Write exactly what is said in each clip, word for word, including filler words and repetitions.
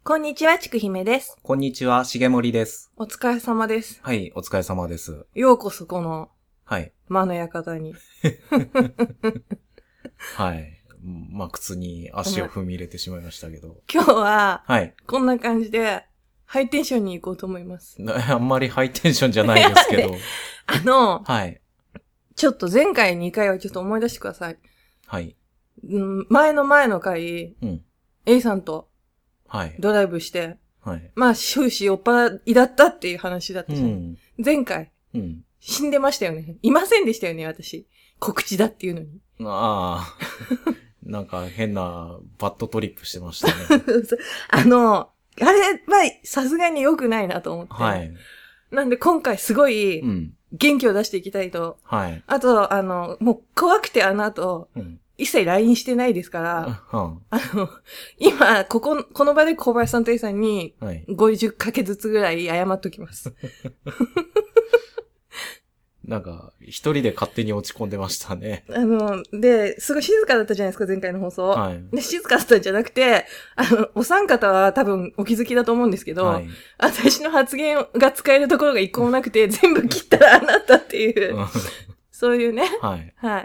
こんにちは、ちくひめです。 こんにちは、しげもりです。 お疲れ様です。 はい、お疲れ様です。 ようこそこの、 はい。 魔の館に。 はい。まあ、靴に足を踏み入れてしまいましたけど。 今日は、 はい。 こんな感じで、ハイテンションに行こうと思います。 あんまりハイテンションじゃないですけど。 あの、 はい。 ちょっと前回にかいはちょっと思い出してください。 はい。 うん、前の前の回、うん、A さんと、はい。ドライブして、はい。まあ、終始酔っ払いだったっていう話だったじゃん。うん、前回、うん。死んでましたよね。いませんでしたよね、私。告知だっていうのに。 ああ。なんか変なバッドトリップしてましたね。 あの、あれはさすがに良くないなと思って。はい。なんで今回すごい、元気を出していきたいと。うん、はい。あと、あの、もう怖くてあの後、うん、一切 ライン してないですから、うん、あの、今、ここ、この場で小林さんと A さんに、ごじゅっかけずつぐらい謝っときます。 なんか、一人で勝手に落ち込んでましたね。 あの、で、すごい静かだったじゃないですか、前回の放送。はい。で、静かだったんじゃなくて、あの、お三方は多分お気づきだと思うんですけど、はい、私の発言が使えるところが一個もなくて、全部切ったらあなたっていう、そういうね。はい。はい。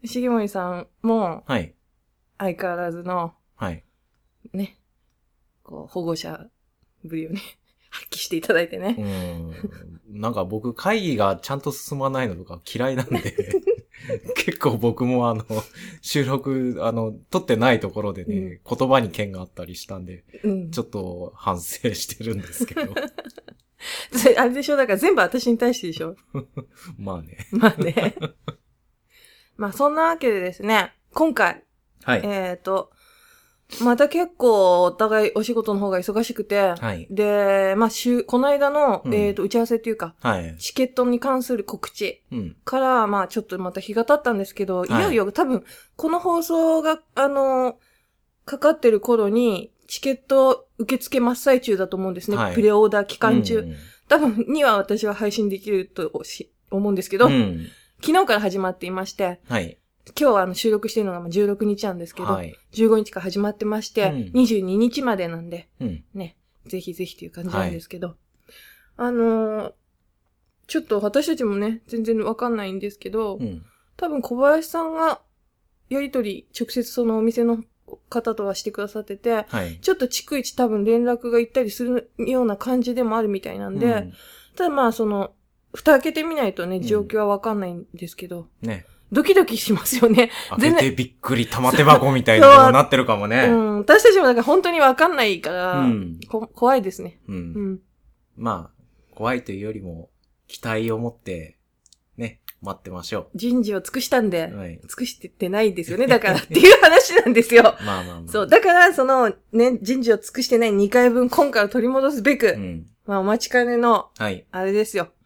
重森さんも、はい。相変わらずの、はい。ね、こう、保護者ぶりをね。発揮していただいてね。 うん。なんか僕会議がちゃんと進まないのとか嫌いなんで、結構僕もあの、収録、あの、撮ってないところでね、うん、言葉に剣があったりしたんで、うん、ちょっと反省してるんですけど。 あれでしょ、だから全部私に対してでしょ。 まあね。 まあね。まあそんなわけでですね、今回、はい。えっと、また結構お互いお仕事の方が忙しくて、はい。で、まあ、週、この間の、うん、えっと、打ち合わせっていうか、はい。チケットに関する告知から、うん、まあ、ちょっとまた日が経ったんですけど、はい、いよいよ多分、この放送が、あの、かかってる頃に、チケット受付真っ最中だと思うんですね。はい、プレオーダー期間中。うん、多分には私は配信できると思うんですけど、うん、昨日から始まっていまして、はい。今日はあの収録してるのがじゅうろくにちなんですけど、はい、じゅうごにちから始まってまして、うん、にじゅうににちまでなんで、うん、ね、ぜひぜひという感じなんですけど、はい、あのー、ちょっと私たちもね、全然わかんないんですけど、うん、多分小林さんがやりとり、直接そのお店の方とはしてくださってて、はい、ちょっと逐一多分連絡が行ったりするような感じでもあるみたいなんで、うん、ただまあその、蓋開けてみないとね、状況はわかんないんですけど、うん、ね。ドキドキしますよね。 開けてびっくり玉手箱みたいなのになってるかもね。 うん。私たちもなんか本当にわかんないから、うん、こ怖いですね。うん。うん。 まあ、怖いというよりも、期待を持って、ね、待ってましょう。 人事を尽くしたんで、はい、尽くしてってないですよね。だからっていう話なんですよ。まあまあまあ。そう。だから、その、ね、人事を尽くしてないにかいぶん今回を取り戻すべく、うん、まあお待ちかねの、はい。あれですよ。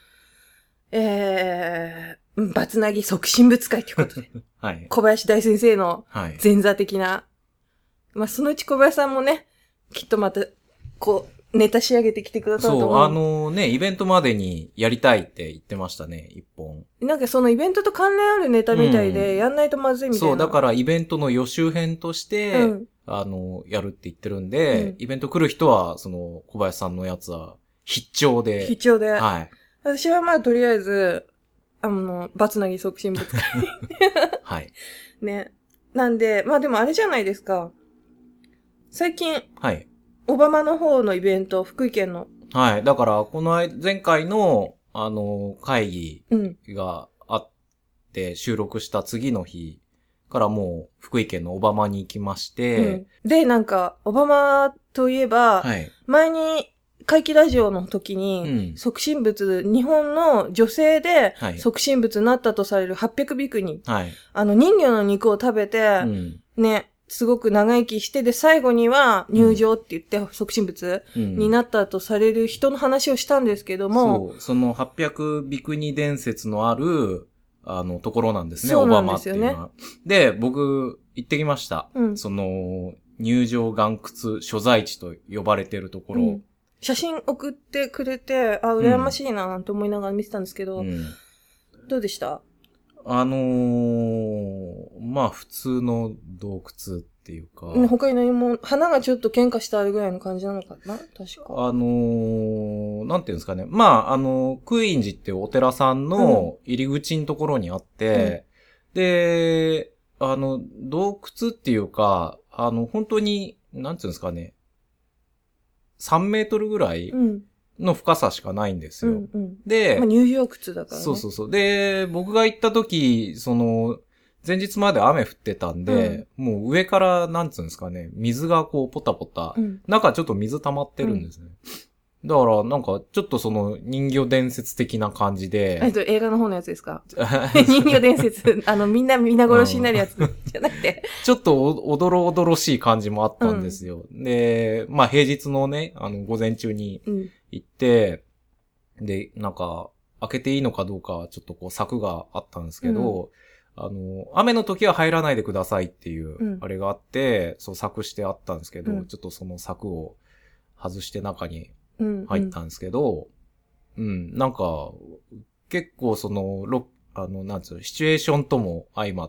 えー、バツナギ促進物会ということで。はい。小林大先生の前座的な。はい、まあ、そのうち小林さんもね、きっとまた、こう、ネタ仕上げてきてくださると思う。 そう、あのね、イベントまでにやりたいって言ってましたね、一本。 なんかそのイベントと関連あるネタみたいで、やんないとまずいみたいな。 そう、だからイベントの予習編として、うん、あの、やるって言ってるんで、うん、イベント来る人は、その、小林さんのやつは、必聴で。 必聴で。はい。私はまあ、とりあえず、あの、バツナギ促進物会。はい。ね。なんで、まあでもあれじゃないですか。最近、はい。オバマの方のイベント、福井県の。 はい。だから、この前回の、あの、会議があって、収録した次の日からもう、福井県のオバマに行きまして、 うん、で、なんか、オバマといえば、はい。前に、怪奇ラジオの時に、うん、促進物、日本の女性で促進物になったとされるはっぴゃくびくにん。はい。あの、人魚の肉を食べて、うん、ね、すごく長生きして、で、最後には入場って言って促進物になったとされる人の話をしたんですけども。 そう、そのはっぴゃくびくに伝説のある、あの、ところなんですね、オバマっていうのは。で、僕、行ってきました。うん、その、入場岩窟所在地と呼ばれてるところ。うん、 写真送ってくれて、あ、羨ましいななんて思いながら見てたんですけど、うん、どうでした？ あのー、まあ普通の洞窟っっていうか。 他に何も、花がちょっと喧嘩してあるぐらいの感じなのかな確か。 あのー、なんていうんですかね。まあ、あの、空院寺っていうお寺さんの入り口のところにあって、うん、で、あの、洞窟っていうか、あの、本当に、なんていうんですかね。さんメートルぐらいの深さしかないんですよ。うんうん、で、 まあ、入場窟だからね。 そうそうそう。で、僕が行った時、その、前日まで雨降ってたんで、うん、もう上からなんつうんですかね、水がこうポタポタ、うん、中ちょっと水溜まってるんですね。うん、だからなんかちょっとその人魚伝説的な感じで。 えっと映画の方のやつですか人魚伝説、あのみんな皆殺しになるやつじゃなくて。 ちょっとおどろおどろしい感じもあったんですよ。うん、で、まあ平日のね、あの午前中に行って、うん、で、なんか開けていいのかどうかちょっとこう柵があったんですけど、うんあの、雨の時は入らないでくださいっていう、あれがあって、うん、そう、柵してあったんですけど、うん、ちょっとその柵を外して中に入ったんですけど、うん、うん、なんか、結構その、ろあの、なんつうの、シチュエーションとも相まって、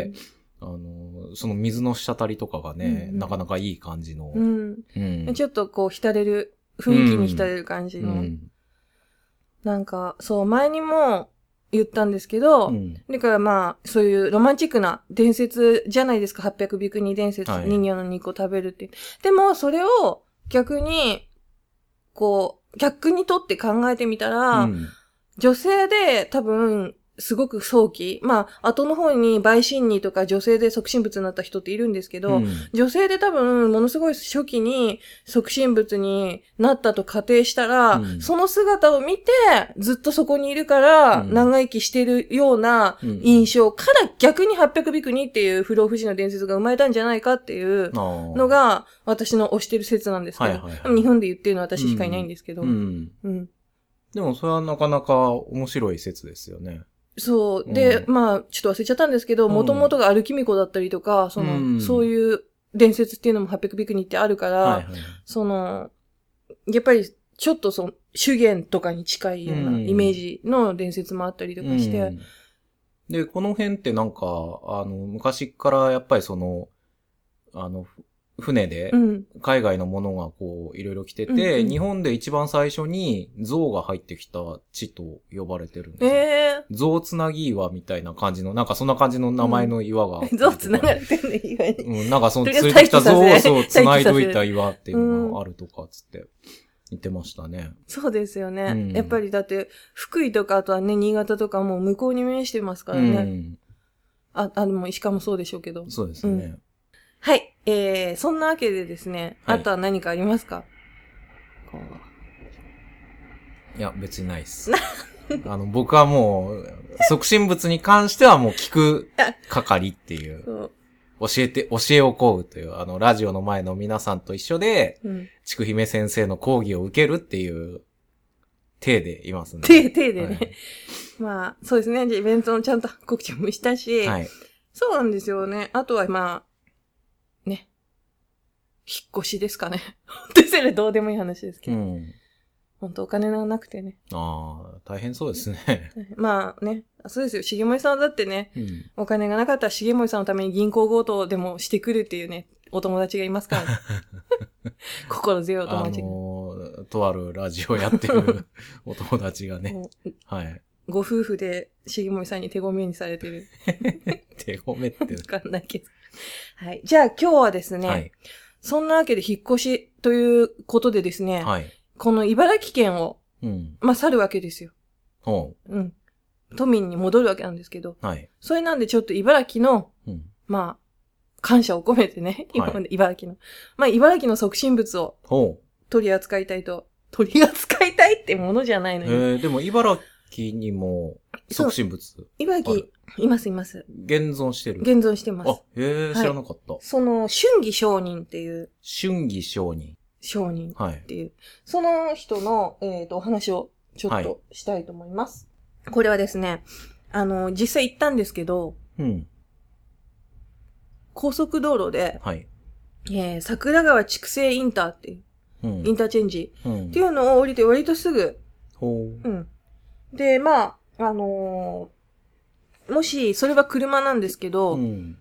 うん、あの、その水の滴りとかがね、うんうん、なかなかいい感じの、 うんうん。ちょっとこう、浸れる、雰囲気に浸れる感じの。うん、なんか、そう、前にも、言ったんですけど、うん、だからまあ、そういうロマンチックな伝説じゃないですか、はっぴゃくびくに伝説、はい、人魚の肉を食べるって。でも、それを逆に、こう、逆にとって考えてみたら、うん、女性で多分、すごく早期、まあ、後の方に陪審人とか女性で促進物になった人っているんですけど、うん、女性で多分、ものすごい初期に促進物になったと仮定したら、うん、その姿を見て、ずっとそこにいるから、長生きしてるような印象から逆にはっぴゃくびくにっていう不老不死の伝説が生まれたんじゃないかっていうのが、私の推してる説なんですけど、はいはいはい、日本で言ってるのは私しかいないんですけど、うんうんうん、でもそれはなかなか面白い説ですよね。 そう。で、うん、まあ、ちょっと忘れちゃったんですけど、もともとがアルキミコだったりとか、その、うん、そういう伝説っていうのもはっぴゃくびくにってあるから、はいはい、その、やっぱり、ちょっとその、修験とかに近いようなイメージの伝説もあったりとかして。うん、 で、この辺ってなんか、あの、昔からやっぱりその、あの、船で、海外のものがこう、いろいろ来てて、うんうん、日本で一番最初に象が入ってきた地と呼ばれてるんです、ね。えー、象つなぎ岩みたいな感じの、なんかそんな感じの名前の岩が、 うん。象つながれてるね、岩に。 うん、なんかその、連れてきた象をそう、つないどいた岩っていうのがあるとか、つって言ってましたね。 そうですよね。うん、やっぱりだって、福井とかあとはね、新潟とかもう向こうに面してますからね。うん、あ、あ、でも石川もそうでしょうけど。 そうですね。うんはい。えー、そんなわけでですね、はい、あとは何かありますか？こういや、別にないっす。あの、僕はもう、促進物に関してはもう聞く係っていう、教えて、教えを請うという、あの、ラジオの前の皆さんと一緒で、うん、ちくひめ先生の講義を受けるっていう、体でいますね。 体、体でね。はい、まあ、そうですね。じゃあイベントのちゃんと告知もしたし、はい、そうなんですよね。あとはまあ、ね。引っ越しですかね。本当にそれどうでもいい話ですけど。うん、本当お金がなくてね。 ああ、大変そうですね。 まあね。そうですよ。重森さんだってね、うん、お金がなかったら重森さんのために銀行強盗でもしてくるっていうね、お友達がいますからね。心強いお友達が。 あのー、とあるラジオやってるお友達がね。はい。 ご夫婦で重森さんに手ごめにされてる。 手ごめって。わかんないけど。はい。じゃあ今日はですね、はい、そんなわけで引っ越しということでですね、はい、この茨城県を、うん、まあ去るわけですよ。ほう。うん。都民に戻るわけなんですけど、はい、それなんでちょっと茨城の、うん、まあ、感謝を込めてね、今まで茨城の、はい、まあ茨城の促進物を取り扱いたいと、取り扱いたいってものじゃないのに。 えー、でも茨城にも促進物。 茨城、いますいます。 現存してる。 現存してます。 あ、へえ、知らなかった。はい、 その、春義上人っていう。 春義上人。 上人っていう。はい、その人の、えっと、お話をちょっとしたいと思います。はい、これはですね、あの、実際行ったんですけど、うん、高速道路で、はい、えー、桜川筑西インターっていう、うん、インターチェンジっていうのを降りて割とすぐ、うんうん、で、まあ、あのー、もし、それは車なんですけど、うん、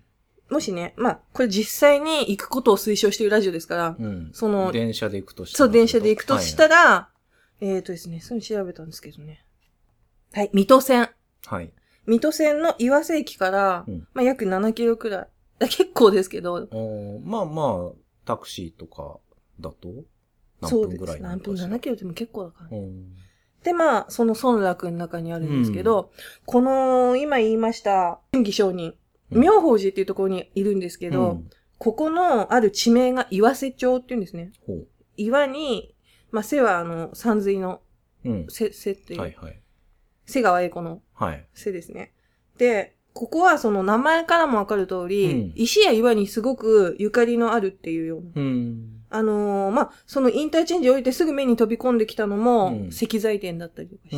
もしね、まあ、これ実際に行くことを推奨しているラジオですから、 うん、 その、 電車で行くとしたら。そう、電車で行くとしたら、はい、えっ、ー、とですね、それ調べたんですけどね。はい、水戸線。 はい。 水戸線の岩瀬駅から、うん、まあ、約ななキロくらい。結構ですけど。 まあまあ、タクシーとかだと何分ぐらいなのかしら。 そうです。何分、ななキロでも結構だからね。で、まあ、その村落の中にあるんですけど、うん、この、今言いました、春義上人、妙法寺っていうところにいるんですけど、うん、ここのある地名が岩瀬町っていうんですね。岩に、まあ、瀬はあの、山水の、うん、瀬、瀬っていう。はいはい。瀬川栄子の、瀬ですね。はい。で、ここはその名前からもわかる通り、うん、石や岩にすごくゆかりのあるっていうような。うん、あのー、まあ、そのインターチェンジを置いてすぐ目に飛び込んできたのも、うん、石材店だったりとかして、うん、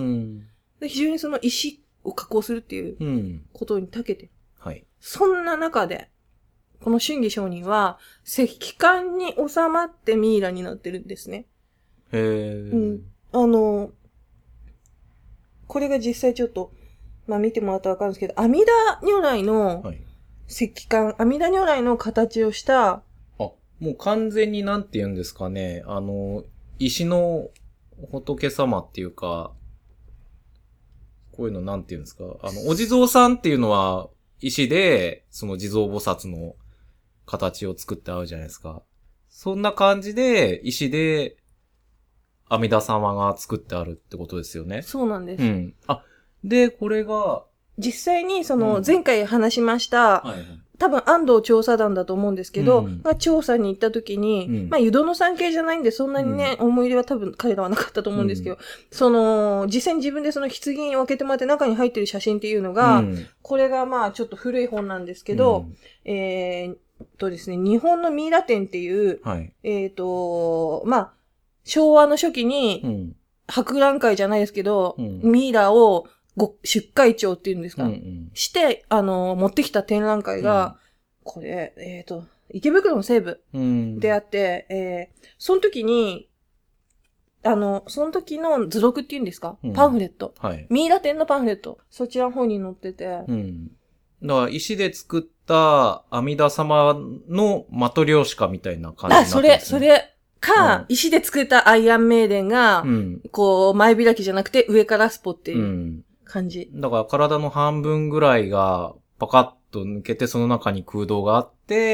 で。非常にその石を加工するっていうことに長けてる。うん、はい。そんな中で、この春義上人は、石棺に収まってミイラになってるんですね。 へー。 うん。あのー、これが実際ちょっと、まあ見てもらったらわかるんですけど、阿弥陀如来の石棺、はい、阿弥陀如来の形をした、 あ、もう完全になんて言うんですかね、あの、石の仏様っていうか、こういうのなんて言うんですか、あの、お地蔵さんっていうのは石で、その地蔵菩薩の形を作ってあるじゃないですか。そんな感じで、石で、阿弥陀様が作ってあるってことですよね。 そうなんです。 うん。あ、で、これが、 実際にその前回話しました、うんはいはい、多分安藤調査団だと思うんですけど、うん、が調査に行った時に、うん、まあ湯殿山系じゃないんでそんなにね、うん、思い入れは多分彼らはなかったと思うんですけど、うん、その、実際に自分でその棺に分けてもらって中に入ってる写真っていうのが、うん、これがまあちょっと古い本なんですけど、うん、えーとですね、日本のミイラ展っていう、はい、えっと、まあ、昭和の初期に、うん、博覧会じゃないですけど、うん、ミイラをご出会長っていうんですか、うんうん、して、あの、持ってきた展覧会が、うん、これ、えっ、ー、と、池袋の西部であって、うん、えー、その時に、あの、その時の図録っていうんですか、うん、パンフレット、はい。ミイラ展のパンフレット。そちらの方に載ってて。 うん。だから、石で作った阿弥陀様のマトリョーシカみたいな感じになってますね。 あ、それ、それ。か、うん、石で作ったアイアンメイデンが、うん、こう、前開きじゃなくて上からスポっていう感じ。 うん、だから体の半分ぐらいがパカッと抜けて、その中に空洞があって、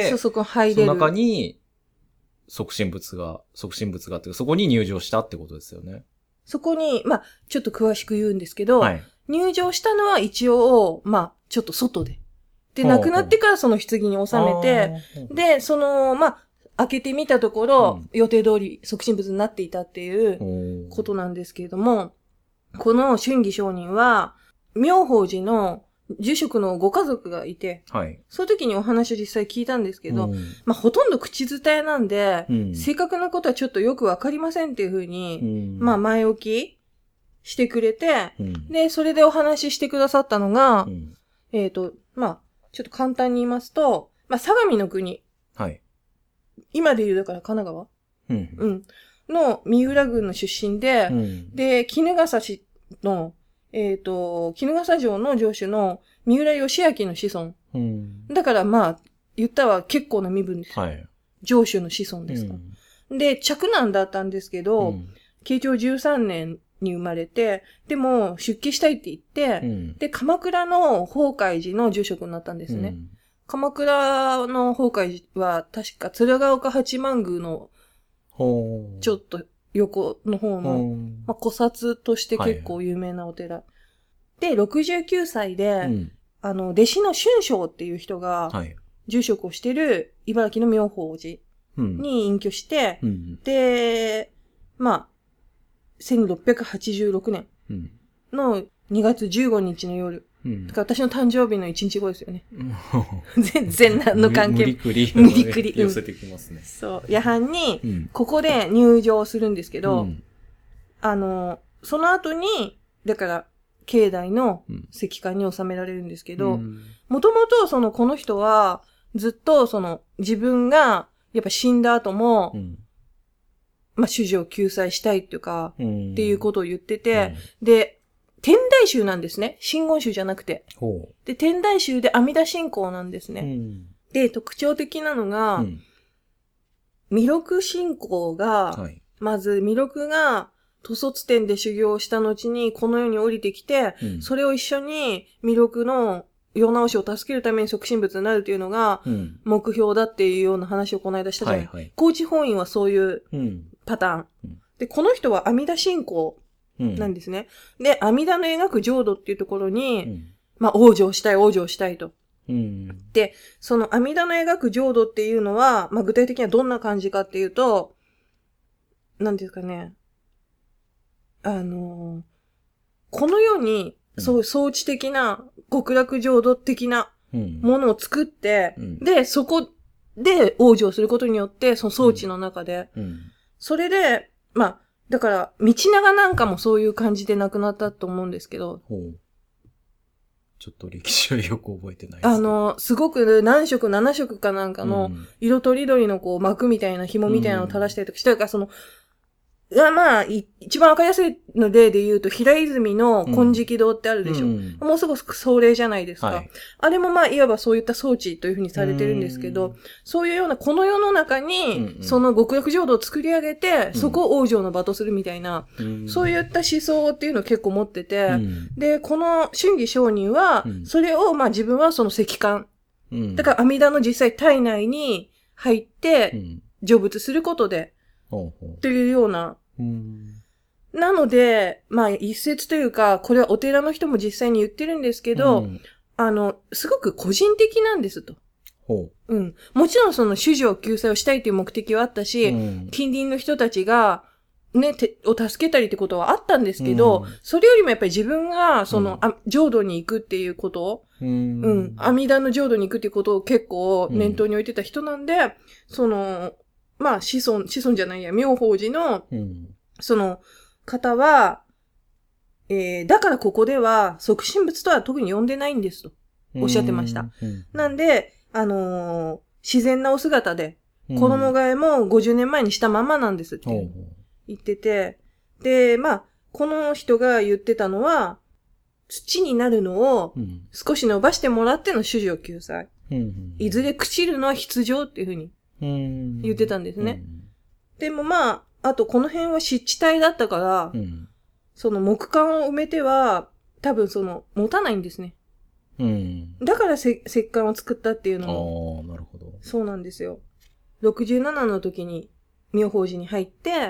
そうそこ入れる。 その中に即身仏が、即身仏があって、そこに入場したってことですよね。 そこに、まあ、ちょっと詳しく言うんですけど、はい、入場したのは一応、まあ、ちょっと外で。で、亡くなってからその棺に収めて、で、その、まあ、開けてみたところ、うん、予定通り即身仏になっていたっていうことなんですけれども、この春義上人は、妙法寺の住職のご家族がいて、はい、その時にお話を実際聞いたんですけど、うん、まあほとんど口伝えなんで、うん、正確なことはちょっとよくわかりませんっていうふうに、うん、まあ前置きしてくれて、で、それでお話ししてくださったのが、えっと、まあ、ちょっと簡単に言いますと、まあ相模の国。はい。今で言うだから神奈川、うん、うん。の三浦郡の出身で、うん、で、衣笠市の、えっ、ー、と、衣笠城の城主の三浦義明の子孫。うん、だからまあ、言ったは結構な身分です。はい。城主の子孫ですか、うん。で、嫡男だったんですけど、うん、慶長じゅうさんねんに生まれて、でも出家したいって言って、うん、で、鎌倉の法海寺の住職になったんですね。うん、鎌倉の法海寺は確か鶴岡八幡宮のちょっと横の方の、まあ、古刹として結構有名なお寺。はい、で、ろくじゅうきゅうさいで、うん、あの、弟子の春章っていう人が、住職をしてる茨城の妙法寺に隠居して、うん、で、まあ、せんろっぴゃくはちじゅうろくねんのにがつじゅうごにちの夜、うん、だから私の誕生日のいちにちごですよね。全然何の関係無理くり。 無理くり。 寄せてきますね。 うん、そう。夜半に、ここで入場するんですけど、うん、あの、その後に、だから、境内の石棺に収められるんですけど、もともとその、この人は、ずっとその、自分が、やっぱ死んだ後も、うん、まあ、主事を救済したいっていうか、うん、っていうことを言ってて、うん、で、天台宗なんですね。真言宗じゃなくて。ほうで、天台宗で阿弥陀信仰なんですね。うん、 で、特徴的なのが、うん、弥勒信仰が、はい、まず弥勒が屠卒店で修行した後にこの世に降りてきて、うん、それを一緒に弥勒の世直しを助けるために即身仏になるというのが目標だっていうような話をこの間したじゃない。はいはい、高知法院はそういうパターン。うん、で、この人は阿弥陀信仰なんですね。うん、で、阿弥陀の描く浄土っていうところに、うん、まあ、往生したい、往生したいと。うん、で、その阿弥陀の描く浄土っていうのは、まあ、具体的にはどんな感じかっていうと、なんですかね。あのー、この世に、そういう装置的な、極楽浄土的なものを作って、うん、で、そこで往生することによって、その装置の中で、うんうん、それで、まあ、だから、道長なんかもそういう感じで亡くなったと思うんですけど、ほう、 ちょっと歴史はよく覚えてないです、ね。 あの、すごく何色、何色かなんかの、色とりどりのこう膜みたいな紐みたいなのを垂らしたりとかしてるから、その、が、まあ、一番わかりやすいの例で言うと、平泉の金色堂ってあるでしょ。うん、もうすぐ壮麗じゃないですか。はい、あれもまあ、いわばそういった装置というふうにされてるんですけど、うそういうような、この世の中に、その極楽浄土を作り上げて、うん、そこを往生の場とするみたいな、うん、そういった思想っていうのを結構持ってて、うん、で、この春義上人は、それをまあ自分はその石棺、うん、だから阿弥陀の実際体内に入って、成仏することで、というような、うん、なので、まあ一説というか、これはお寺の人も実際に言ってるんですけど、うん、あの、すごく個人的なんですと。ほう。うん。もちろんその種女救済をしたいという目的はあったし、うん、近隣の人たちが、ね、て、を助けたりってことはあったんですけど、うん、それよりもやっぱり自分が、その、うん、あ浄土に行くっていうこと、うん、うん。阿弥陀の浄土に行くっていうことを結構念頭に置いてた人なんで、うん、その、まあ、子孫、子孫じゃないや、妙法寺の、うん、その方は、えー、だからここでは、即身仏とは特に呼んでないんですと、おっしゃってました。うんうん、なんで、あのー、自然なお姿で、衣替えもごじゅうねんまえにしたままなんですって言ってて、で、まあ、この人が言ってたのは、土になるのを少し伸ばしてもらっての種女救済。うんうん、いずれ朽ちるのは必要っていうふうに言ってたんですね。うん、でもまあ、あとこの辺は湿地帯だったから、うん、その木管を埋めては多分その持たないんですね。うん、だから石棺を作ったっていうのも。 ああ、なるほど。 そうなんですよ。ろくじゅうななの時に妙法寺に入って、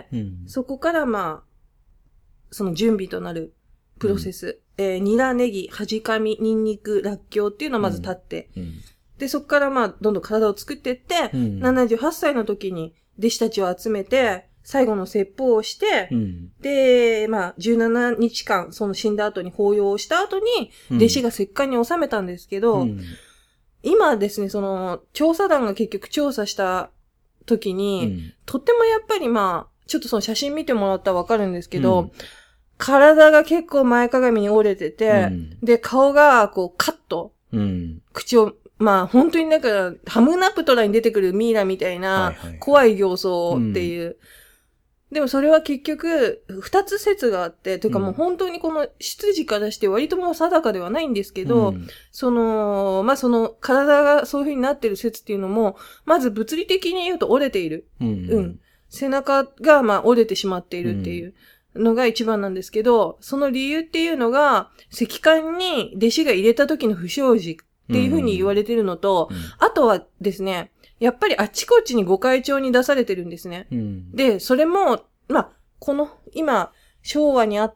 うん、そこからまあ、その準備となるプロセス、うん、えー、ニラ、ネギ、ハジカミ、ニンニク、ラッキョウっていうのをまず立って、うんうん、で、そこからまあ、どんどん体を作っていって、うん、ななじゅうはっさいの時に弟子たちを集めて、最後の説法をして、うん、で、まあ、じゅうななにちかん、その死んだ後に法要をした後に、弟子が石棺に収めたんですけど、うん、今ですね、その、調査団が結局調査した時に、うん、とってもやっぱりまあ、ちょっとその写真見てもらったらわかるんですけど、うん、体が結構前かがみに折れてて、うん、で、顔がこうカット、うん、口を、まあ本当になんか、ハムナプトラに出てくるミイラみたいな怖い形相っていう、はいはいはい、でもそれは結局、二つ説があって、というかもう本当にこの出自からして割ともう定かではないんですけど、うん、その、まあその体がそういう風になってる説っていうのも、まず物理的に言うと折れている。うん。うん、背中がまあ折れてしまっているっていうのが一番なんですけど、その理由っていうのが、石棺に弟子が入れた時の不祥事っていう風に言われてるのと、うんうん、あとはですね、やっぱりあちこちに御開帳に出されてるんですね。うん、で、それも、まあ、この、今、昭和にあった、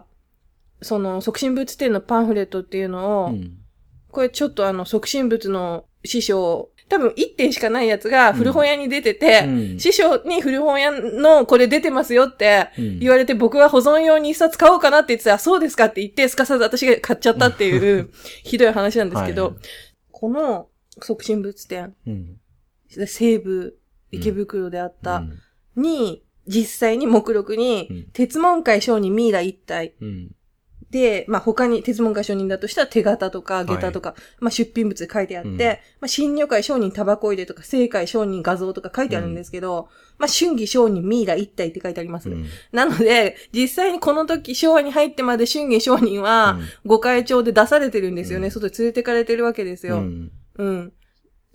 その、即身仏展のパンフレットっていうのを、うん、これちょっとあの、即身仏の師匠、多分いってんしかないやつが古本屋に出てて、うん、師匠に古本屋のこれ出てますよって言われて、うん、僕は保存用に一冊買おうかなって言ってたら、そうですかって言って、すかさず私が買っちゃったっていう、ひどい話なんですけど、はい、この即身仏展、うん西部池袋であったに、うん、実際に目録に、うん、鉄門会上人ミイラ一体、うん、で、まあ、他に鉄門会上人だとしたら手形とか下駄とか、はい、まあ、出品物で書いてあって、うん、まあ、新女会上人タバコ入れとか、正会上人画像とか書いてあるんですけど、うん、まあ、春義上人ミイラ一体って書いてあります。うん、なので、実際にこの時、昭和に入ってまで春義上人は、御開帳で出されてるんですよね。うん、外に連れてかれてるわけですよ。うん。うん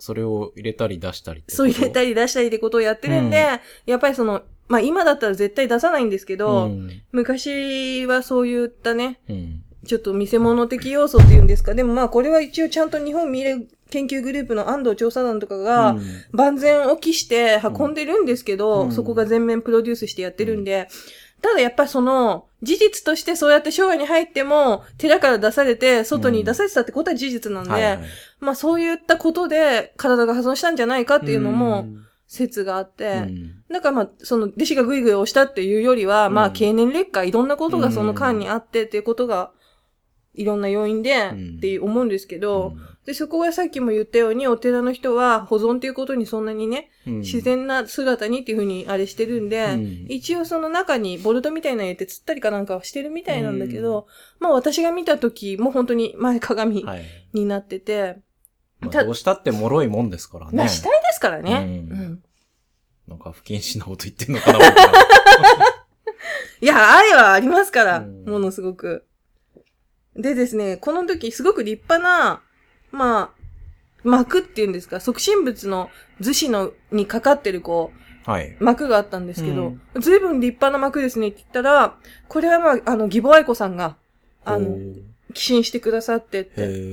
それを入れたり出したりってこと。 そう入れたり出したりってことをやってるんで、うん、やっぱりその、まあ今だったら絶対出さないんですけど、うん、昔はそういったね、うん、ちょっと見せ物的要素っていうんですか。でもまあこれは一応ちゃんと日本ミイラ研究グループの安藤調査団とかが万全を期して運んでるんですけど、うん、そこが全面プロデュースしてやってるんで、うん、ただやっぱりその事実としてそうやって昭和に入っても寺から出されて外に出されてたってことは事実なんで、うんはいはい、まあそういったことで体が破損したんじゃないかっていうのも説があって、うん、だからまあその弟子がグイグイ押したっていうよりは、うん、まあ経年劣化いろんなことがその間にあってっていうことがいろんな要因でって思うんですけど、うん、で、そこはさっきも言ったようにお寺の人は保存っていうことにそんなにね、うん、自然な姿にっていうふうにあれしてるんで、うん、一応その中にボルトみたいなの入れて釣ったりかなんかはしてるみたいなんだけど、うん、まあ私が見た時も本当に前鏡になってて、はいまあ、どうしたって脆いもんですからね。 まあ死体ですからね。うんうん、なんか不謹慎なこと言ってんのかな僕はいや、愛はありますから、ものすごく。でですね、この時すごく立派な、まあ、膜っていうんですか、促進物の樹脂のにかかってるこう、はい、膜があったんですけど、うん、随分立派な膜ですねって言ったら、これはまあ、あの、義母愛子さんが、あの、寄進してくださってって。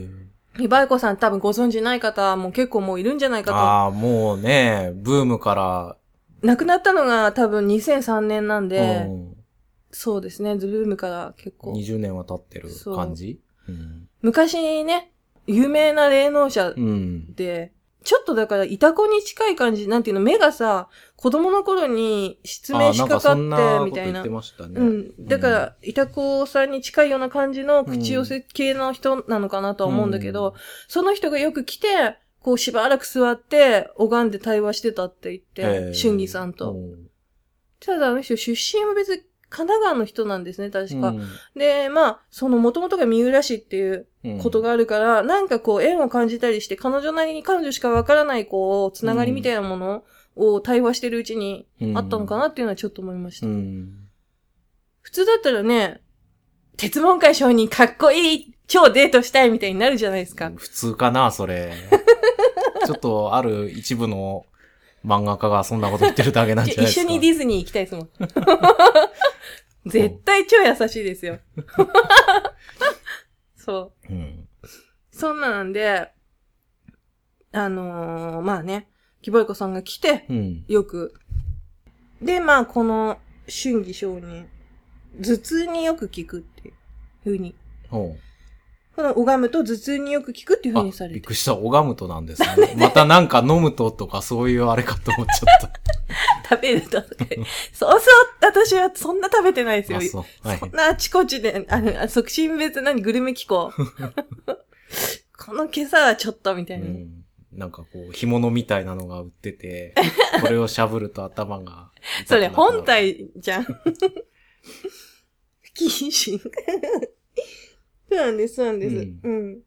義母愛子さん多分ご存知ない方も結構もういるんじゃないかと。 ああ、もうね、ブームから。 亡くなったのが多分にせんさんねんなんで、うんそうですね。ズブームから結構。 にじゅうねんは経ってる感じ、うん、 昔ね、有名な霊能者で、うん、ちょっとだから、イタコに近い感じ、なんていうの、目がさ、子供の頃に失明しかかって、みたいな。 言ってましたね。 うん。だから、イタコさんに近いような感じの口寄せ系の人なのかなとは思うんだけど、うん、その人がよく来て、こうしばらく座って、拝んで対話してたって言って、春義さんと。ただ、あの人出身は別に、神奈川の人なんですね、確か。うん、で、まあ、その元々が三浦市っていうことがあるから、うん、なんかこう縁を感じたりして、彼女なりに彼女しかわからないこう、つながりみたいなものを対話してるうちにあったのかなっていうのはちょっと思いました。うん、普通だったらね、鉄門会商人かっこいい、超デートしたいみたいになるじゃないですか。 普通かな、それ。ちょっとある一部の漫画家がそんなこと言ってるだけなんじゃないですか。 一緒にディズニー行きたいですもん。絶対超優しいですよ。そう、うん。そんななんで、あのー、まあね、木彫子さんが来て、うん、よく。で、まあこの春義上人、頭痛によく効くっていう風に。ほうこの拝むと頭痛によく効くっていう風にされてる。 びっくりした。拝むとなんですね。またなんか飲むととかそういうあれかと思っちゃった。 食べるととか。そうそう、私はそんな食べてないですよ。そうはい、そんなあちこちで、あの、促進別何グルメ機構。この今朝はちょっとみたいな。うん、 なんかこう、干物みたいなのが売ってて、これをしゃぶると頭が。 それ本体じゃん。不謹慎。そうなんです、そうなんです。うん。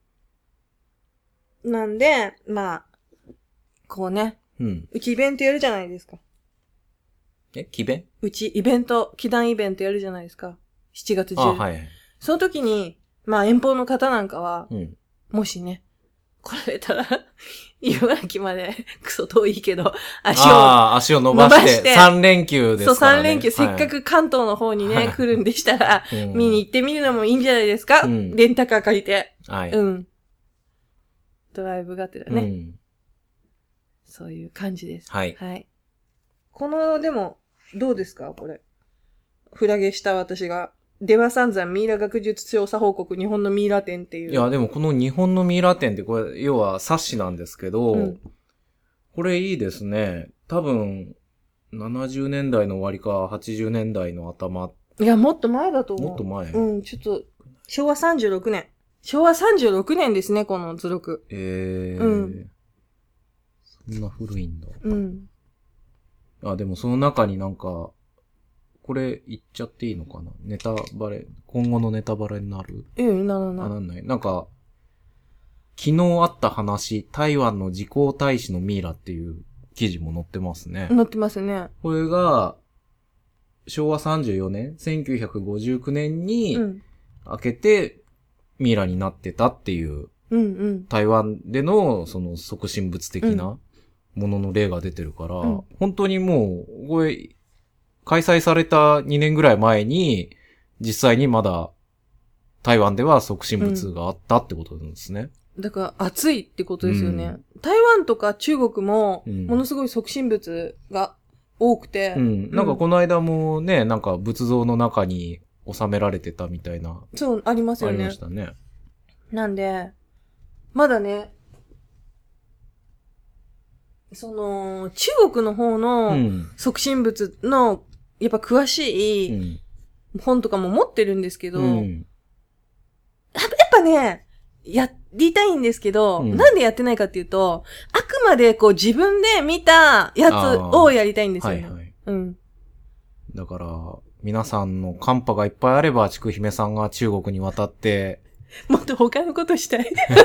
うん、なんで、まあ、こうね。うん。うちイベントやるじゃないですか。 え奇弁うちイベント、祈願イベントやるじゃないですか。しちがつじゅう。あ、はい。その時に、まあ遠方の方なんかは、うん、もしね、来られたら、茨城までクソ遠いけど、足を、 あ足を伸ばして、さん連休ですからね。 そう、さん連休、せっかく関東の方にね、はい、来るんでしたら、うん、見に行ってみるのもいいんじゃないですか、うん、レンタカー借りて。はい。うん。ドライブがてらね、うん。そういう感じです。はい。はい。この、でも、どうですかこれ。フラゲした私が。出羽三山ミイラ学術調査報告日本のミイラ展っていう。 いや、でもこの日本のミイラ展ってこれ、要は冊子なんですけど、うん、これいいですね。多分、ななじゅうねんだいの終わりか、はちじゅうねんだいの頭。 いや、もっと前だと思う。 もっと前。 うん、ちょっと、しょうわさんじゅうろくねん。しょうわさんじゅうろくねんですね、この図録。 えー。うん。そんな古いんだ。うん。あ、でもその中になんか、これ言っちゃっていいのかなネタバレ、今後のネタバレになるええ、ならない。 あ、なんない。なんか、昨日あった話、台湾の時効大使のミイラっていう記事も載ってますね。 載ってますね。 これが、しょうわさんじゅうよねん、せんきゅうひゃくごじゅうきゅうねんに、開けて、ミイラになってたっていううんうん、 台湾でのその促進物的なものの例が出てるから、うん、本当にもう、これ、開催されたにねんぐらい前に、実際にまだ台湾では促進物があったってことなんですね。 うん、だから暑いってことですよね、うん。台湾とか中国もものすごい促進物が多くて。 うん。なんかこの間もね、なんか仏像の中に収められてたみたいな。 そう、ありますよね。 ありましたね。 なんで、まだね、その、中国の方の促進物の、やっぱ詳しい本とかも持ってるんですけど、うん、やっぱね、やりたいんですけど、うん、なんでやってないかっていうと、あくまでこう自分で見たやつをやりたいんですよね。はいはい。うん。 だから、皆さんのカンパがいっぱいあれば、ちくひめさんが中国に渡って、 もっと他のことしたい。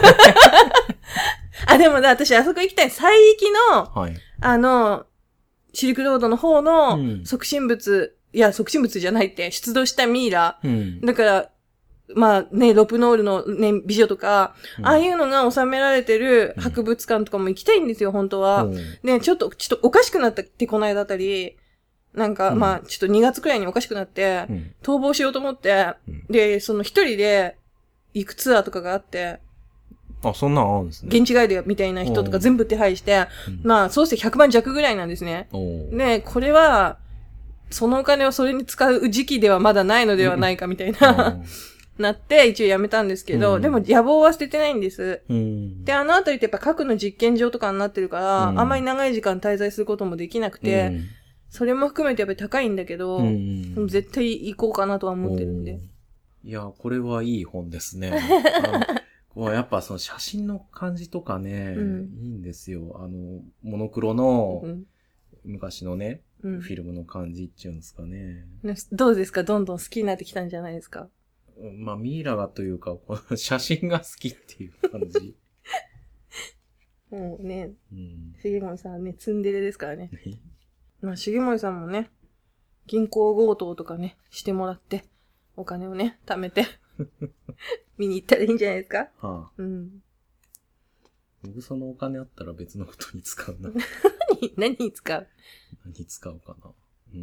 あ、でもね、私あそこ行きたい。西域の、はい、あの、シルクロードの方の促進物、うん、いや、促進物じゃないって、出土したミイラ。うん、だから、まあね、ロプノールのね、美女とか、うん、ああいうのが収められてる博物館とかも行きたいんですよ、本当は。うん、ね、ちょっと、ちょっとおかしくなったって、この間あたり。なんか、うん、まあ、ちょっとにがつくらいにおかしくなって、うん、逃亡しようと思って、うん、で、その一人で行くツアーとかがあって、 あ、そんなんあるんですね。 現地ガイドみたいな人とか全部手配して、まあ、そうしてひゃくまん弱ぐらいなんですね。で、これは、そのお金をそれに使う時期ではまだないのではないかみたいな、なって、一応やめたんですけど、うん、でも野望は捨ててないんです。うん、で、あのあたりってやっぱ核の実験場とかになってるから、うん、あんまり長い時間滞在することもできなくて、うん、それも含めてやっぱり高いんだけど、うん、でも絶対行こうかなとは思ってるんで。 いや、これはいい本ですね。あやっぱその写真の感じとかね、うん、いいんですよ。あの、モノクロの昔のね、うん、フィルムの感じっていうんですかね。 どうですか？どんどん好きになってきたんじゃないですか？ まあ、ミイラがというか、写真が好きっていう感じ。 もうね、うん、重森さんね、ツンデレですからね。まあ、重森さんもね、銀行強盗とかね、してもらって、お金をね、貯めて、見に行ったらいいんじゃないですか？はあ、うん。 僕そのお金あったら別のことに使うな。 何、何に使う？ 何に使うかな。うん。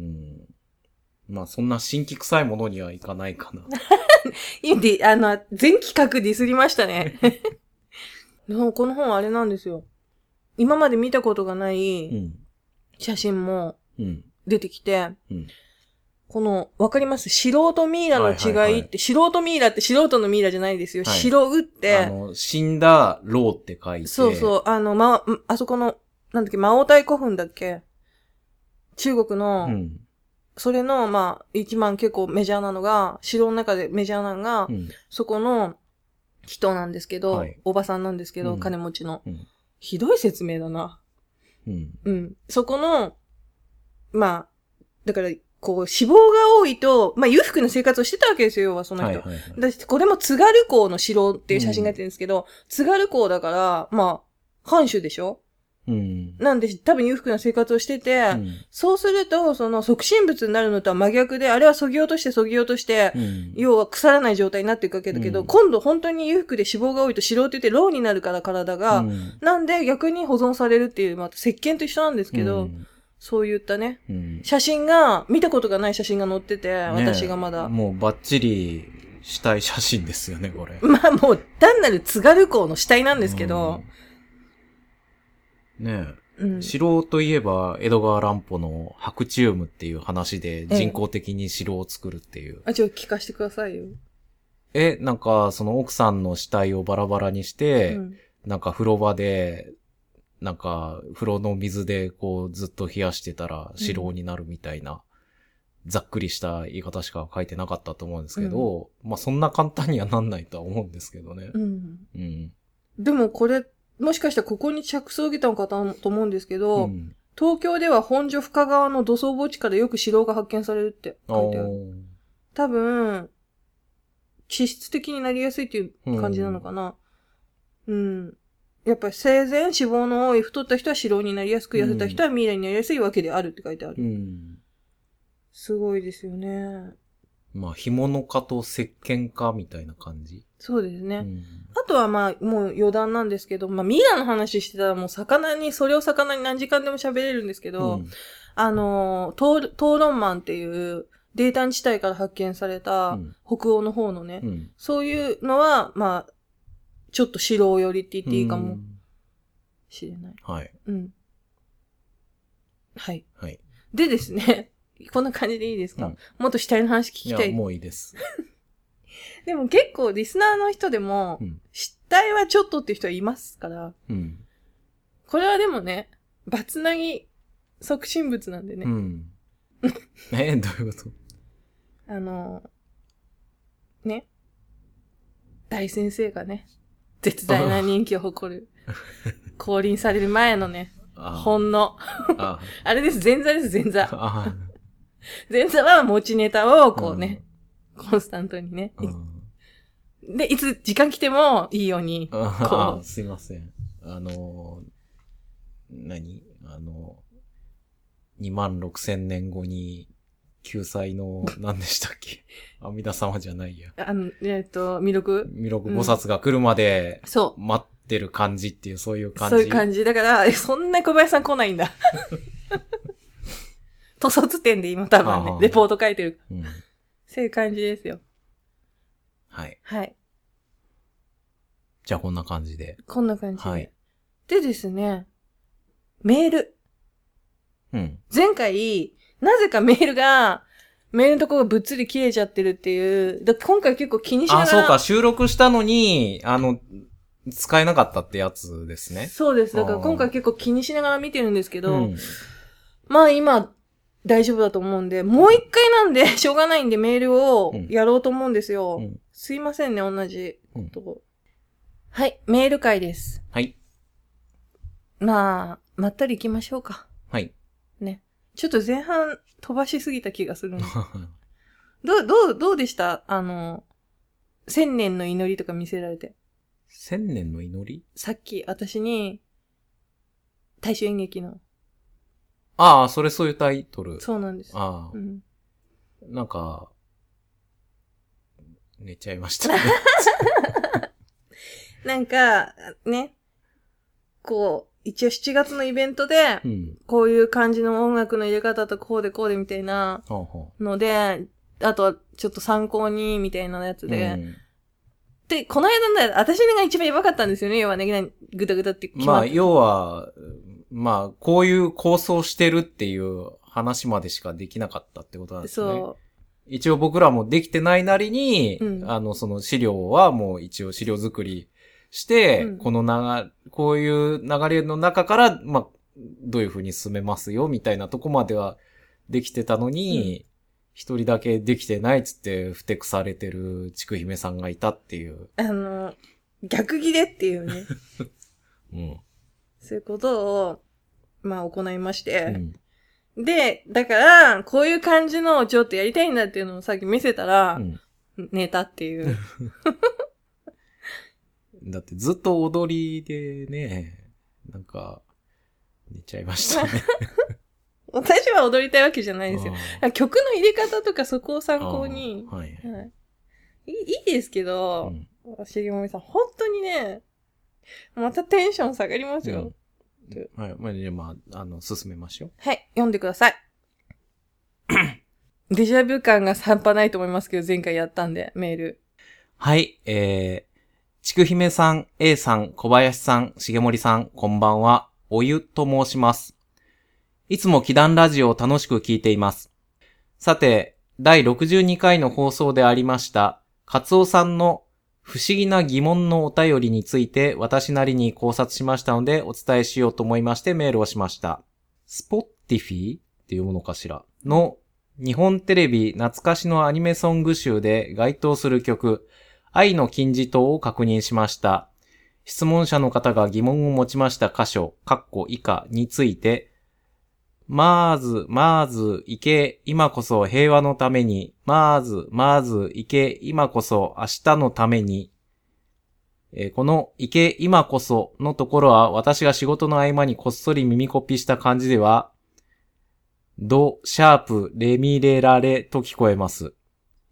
まあそんな新規臭いものにはいかないかな。 いいで、あの、全企画ディスりましたね。でもこの本あれなんですよ。今まで見たことがない写真も出てきて、うんうん、この、わかります？素人ミイラの違いって、はいはいはい、素人ミイラって素人のミイラじゃないですよ。はい、白って。 あの、死んだローって書いて。 そうそう。あの、ま、あそこの、なんだっけ、魔王太古墳だっけ？中国の、うんそれの、まあ、一番結構メジャーなのが、城の中でメジャーなのが、うん、そこの人なんですけど、はい、おばさんなんですけど、うん、金持ちの、うん。ひどい説明だな。うん。うん。そこの、まあ、だから、こう、脂肪が多いと、まあ、裕福な生活をしてたわけですよ、要はその人。はいはいはい、だしこれも津軽港の城っていう写真が出てるんですけど、うん、津軽港だから、まあ、藩主でしょ？うん、なんで、多分裕福な生活をしてて、うん、そうすると、その促進物になるのとは真逆で、あれは削ぎ落として削ぎ落として、うん、要は腐らない状態になっていくわけだけど、うん、今度本当に裕福で脂肪が多いと脂肪って言ってローになるから体が、うん、なんで逆に保存されるっていう、まあ、石鹸と一緒なんですけど、うん、そういったね、うん、写真が、見たことがない写真が載ってて、ね、私がまだ。 もうバッチリしたい写真ですよね、これ。 まあもう単なる津軽港の死体なんですけど、うんねえ、うん。城といえば、江戸川乱歩の白チウムっていう話で人工的に城を作るっていう。ええ、あ、ちょっと聞かせてくださいよ。 え、なんか、その奥さんの死体をバラバラにして、うん、なんか風呂場で、なんか、風呂の水でこうずっと冷やしてたら城になるみたいな、うん、ざっくりした言い方しか書いてなかったと思うんですけど、うん、まあそんな簡単にはなんないとは思うんですけどね。うん。 うん、でもこれ、もしかしたらここに着想を受けたのかと思うんですけど、うん、東京では本所深川の土葬墓地からよく城が発見されるって書いてある。多分、地質的になりやすいっていう感じなのかな。うん。うん、やっぱり生前脂肪の多い太った人は城になりやすく、痩せた人はミイラになりやすいわけであるって書いてある。うん、すごいですよね。 まあ、干物化と石鹸化みたいな感じ。 そうですね。 うん、 あとはまあ、もう余談なんですけど、まあ、ミイラの話してたらもう魚に、それを魚に何時間でも喋れるんですけど、うん、あの、討論マンっていうデータン地帯から発見された北欧の方のね、うん、そういうのは、まあ、ちょっと四郎寄りって言っていいかもしれない。 はい。 うん。はい。 はい。 でですね、こんな感じでいいですか、うん、もっと死体の話聞きたい。 いや、もういいです。 でも結構リスナーの人でも、うん、死体はちょっとっていう人はいますから、 うん、 これはでもね、バツナギ促進物なんでね。 うん、え、どういうことあの、ね、大先生がね、絶大な人気を誇る、降臨される前のね、ほんの。あ, あれです、前座です、前座。前座は持ちネタをこうね、うん、コンスタントにね、うん。で、いつ時間来てもいいように。こうあすいません。あの、何あの、にまんろくせんねんごに救済の何でしたっけ阿弥陀様じゃないや。 あの、えっと、弥勒弥勒菩薩が来るまで、うん、そう。待ってる感じっていう、そういう感じ。 そういう感じ。だから、そんな小林さん来ないんだ。塗卒点で今多分ね、レポート書いてる。うん、そういう感じですよ。 はい。 はい。 じゃあこんな感じで。 こんな感じで。はい。でですね、メール。 うん。 前回、なぜかメールが、メールのところがぶっつり切れちゃってるっていう。だ今回結構気にしながら。 あ、そうか、収録したのに、あの、使えなかったってやつですね。 そうです。だから今回結構気にしながら見てるんですけど、うん、まあ今、大丈夫だと思うんで、もう一回なんで、しょうがないんでメールをやろうと思うんですよ。うん、すいませんね、同じことを、うん。はい、メール会です。 はい。 まあ、まったり行きましょうか。 はい。 ね。ちょっと前半飛ばしすぎた気がするんで。どう、どう、どうでしたあの、千年の祈りとか見せられて。 千年の祈り？ さっき私に、大衆演劇の。 ああ、それそういうタイトル。 そうなんです。 ああ。 うん、 なんか、寝ちゃいましたね。 なんか、ね。こう、一応しちがつのイベントで、うん、こういう感じの音楽の入れ方とこうでこうでみたいなので、あとはちょっと参考にみたいなやつで、うん、で、この間の私が一番やばかったんですよね。要はね、ぐだぐだって決まって。 まあ、要は、まあ、こういう構想してるっていう話までしかできなかったってことなんですね。そう。一応僕らもできてないなりに、うん、あの、その資料はもう一応資料作りして、うん、このなこういう流れの中から、まあ、どういう風に進めますよ、みたいなとこまではできてたのに、一、うん、人だけできてないっつってふてくされてるちくひめさんがいたっていう。 あの、逆切れっていうね。 うん。 そういうことを、まあ、行いまして、うん。で、だから、こういう感じのをちょっとやりたいんだっていうのをさっき見せたら、うん、寝たっていう。 だってずっと踊りでね、なんか、寝ちゃいましたね。 私は踊りたいわけじゃないですよ。曲の入れ方とかそこを参考に。 はい、 はいい。いいですけど、しげもみさん、本当にね、またテンション下がりますよ。 うん、はい。まあ、まあ、あの、進めましょう。 はい。読んでください。デジャブ感が半端ないと思いますけど、前回やったんで、メール。 はい。えー、ちくひめさん、A さん、小林さん、しげもりさん、こんばんは。おゆと申します。いつも祈願ラジオを楽しく聞いています。さて、だいろくじゅうにかいの放送でありました、カツオさんの不思議な疑問のお便りについて私なりに考察しましたのでお伝えしようと思いましてメールをしました。スポッティフィーっていうものかしらの日本テレビ懐かしのアニメソング集で該当する曲、愛の金字塔を確認しました。質問者の方が疑問を持ちました箇所、括弧以下について、まず、まず、行け、今こそ平和のために、まず、まず、行け、今こそ明日のために、えー、この、行け、今こそのところは、私が仕事の合間にこっそり耳コピした感じでは、ド、シャープ、レミレラレと聞こえます。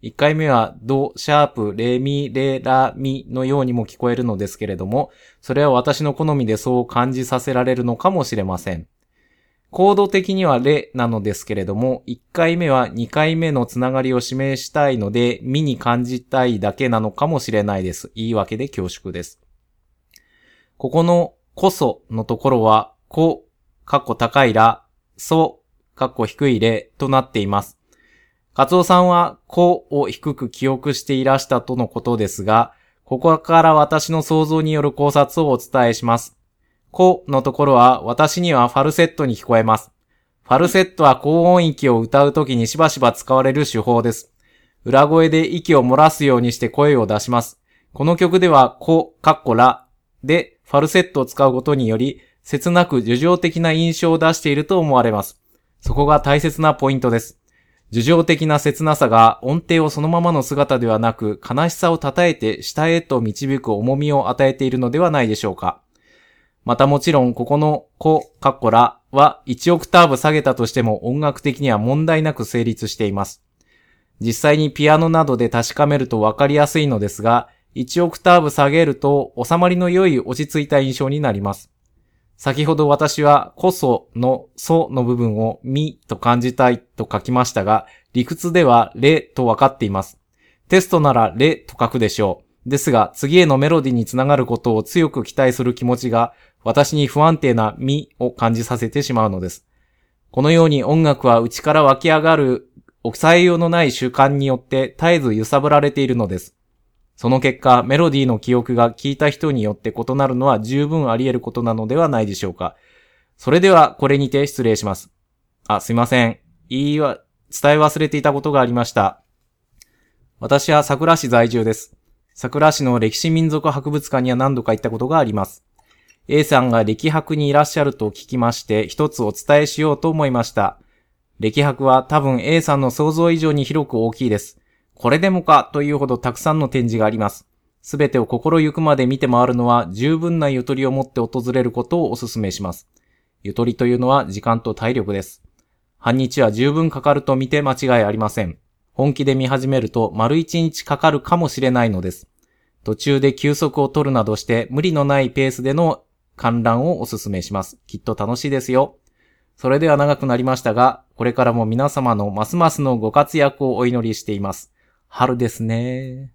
いっかいめはド、シャープ、レミ、レ、ラ、ミのようにも聞こえるのですけれども、それは私の好みでそう感じさせられるのかもしれません。コード的にはレなのですけれども、いっかいめはにかいめのつながりを示したいので、ミに感じたいだけなのかもしれないです。言い訳で恐縮です。ここのこそのところは、こ、かっこ高いら、そ、かっこ低いれとなっています。カツオさんは、こを低く記憶していらしたとのことですが、ここから私の想像による考察をお伝えします。このところは私にはファルセットに聞こえます。ファルセットは高音域を歌うときにしばしば使われる手法です。裏声で息を漏らすようにして声を出します。この曲ではこ、かっこらでファルセットを使うことにより、切なく叙情的な印象を出していると思われます。そこが大切なポイントです。叙情的な切なさが音程をそのままの姿ではなく、悲しさを称えて下へと導く重みを与えているのではないでしょうか。またもちろんここのこ、かっこらはいちオクターブ下げたとしても音楽的には問題なく成立しています。実際にピアノなどで確かめるとわかりやすいのですが、いちオクターブ下げると収まりの良い落ち着いた印象になります。先ほど私はこそのその部分をみと感じたいと書きましたが、理屈ではれとわかっています。テストなられと書くでしょう。ですが次へのメロディにつながることを強く期待する気持ちが私に不安定なみを感じさせてしまうのです。このように音楽は内から湧き上がる抑えようのない習慣によって絶えず揺さぶられているのです。その結果、メロディーの記憶が聞いた人によって異なるのは十分あり得ることなのではないでしょうか。それではこれにて失礼します。あ、すいません。言いは、伝え忘れていたことがありました。私は佐倉市在住です。佐倉市の歴史民族博物館には何度か行ったことがあります。A さんが歴博にいらっしゃると聞きまして、一つお伝えしようと思いました。歴博は多分 A さんの想像以上に広く大きいです。これでもかというほどたくさんの展示があります。すべてを心ゆくまで見て回るのは十分なゆとりを持って訪れることをお勧めします。ゆとりというのは時間と体力です。半日は十分かかると見て間違いありません。本気で見始めると丸一日かかるかもしれないのです。途中で休息を取るなどして無理のないペースでの観覧をお勧めします。きっと楽しいですよ。それでは長くなりましたが、これからも皆様のますますのご活躍をお祈りしています。春ですね。